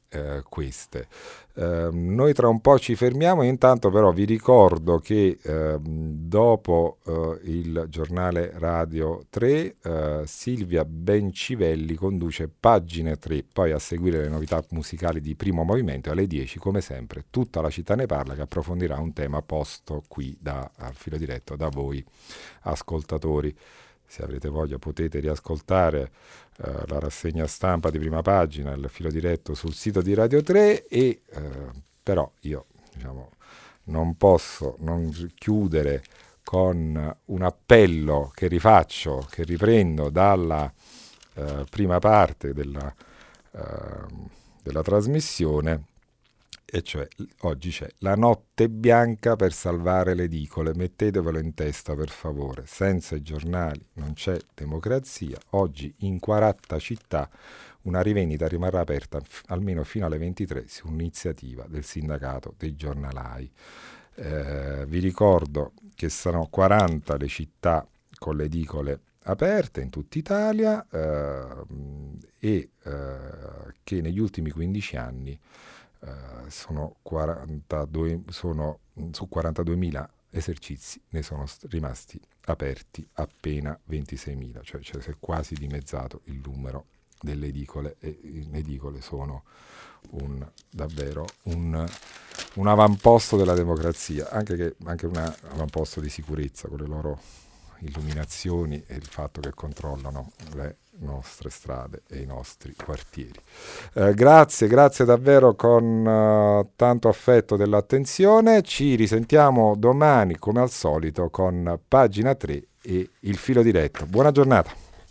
eh, queste. Eh, noi tra un po' ci fermiamo, intanto però vi ricordo che eh, dopo eh, il giornale Radio tre eh, Silvia Bencivelli conduce Pagine tre, poi a seguire le novità musicali di Primo Movimento, alle dieci come sempre Tutta la città ne parla, che approfondirà un tema posto qui da, al filo diretto da voi ascoltatori. Se avrete voglia potete riascoltare uh, la rassegna stampa di Prima Pagina, il filo diretto sul sito di Radio tre e uh, però io diciamo, non posso non chiudere con un appello che rifaccio, che riprendo dalla uh, prima parte della, uh, della trasmissione, e cioè oggi c'è la notte bianca per salvare le edicole, mettetevelo in testa per favore, senza i giornali non c'è democrazia. Oggi in quaranta città una rivendita rimarrà aperta f- almeno fino alle ventitré su un'iniziativa del sindacato dei giornalai. Eh, vi ricordo che sono quaranta le città con le edicole aperte in tutta Italia eh, e eh, che negli ultimi quindici anni Uh, sono quarantadue, sono, su quarantaduemila esercizi ne sono st- rimasti aperti appena ventiseimila, cioè, cioè si è quasi dimezzato il numero delle edicole, e le edicole sono un, davvero un, un avamposto della democrazia, anche, che, anche un avamposto di sicurezza con le loro illuminazioni e il fatto che controllano le nostre strade e i nostri quartieri. Eh, grazie, grazie davvero con uh, tanto affetto dell'attenzione. Ci risentiamo domani come al solito con Pagina tre e il filo diretto. Buona giornata.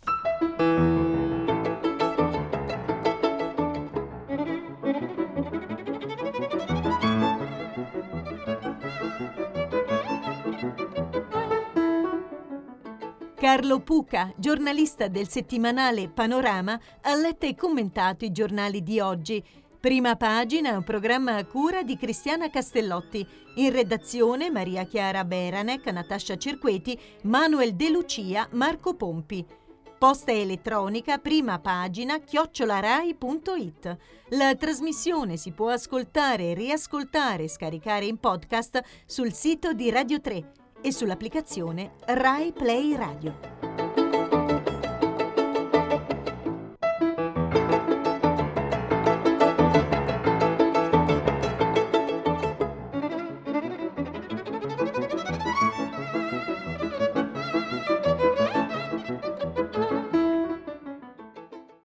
Carlo Puca, giornalista del settimanale Panorama, ha letto e commentato i giornali di oggi. Prima Pagina è un programma a cura di Cristiana Castellotti. In redazione Maria Chiara Beranec, Natascia Cerqueti, Manuel De Lucia, Marco Pompi. Posta elettronica prima pagina chiocciolarai punto it. La trasmissione si può ascoltare, riascoltare e scaricare in podcast sul sito di Radio tre e sull'applicazione Rai Play Radio.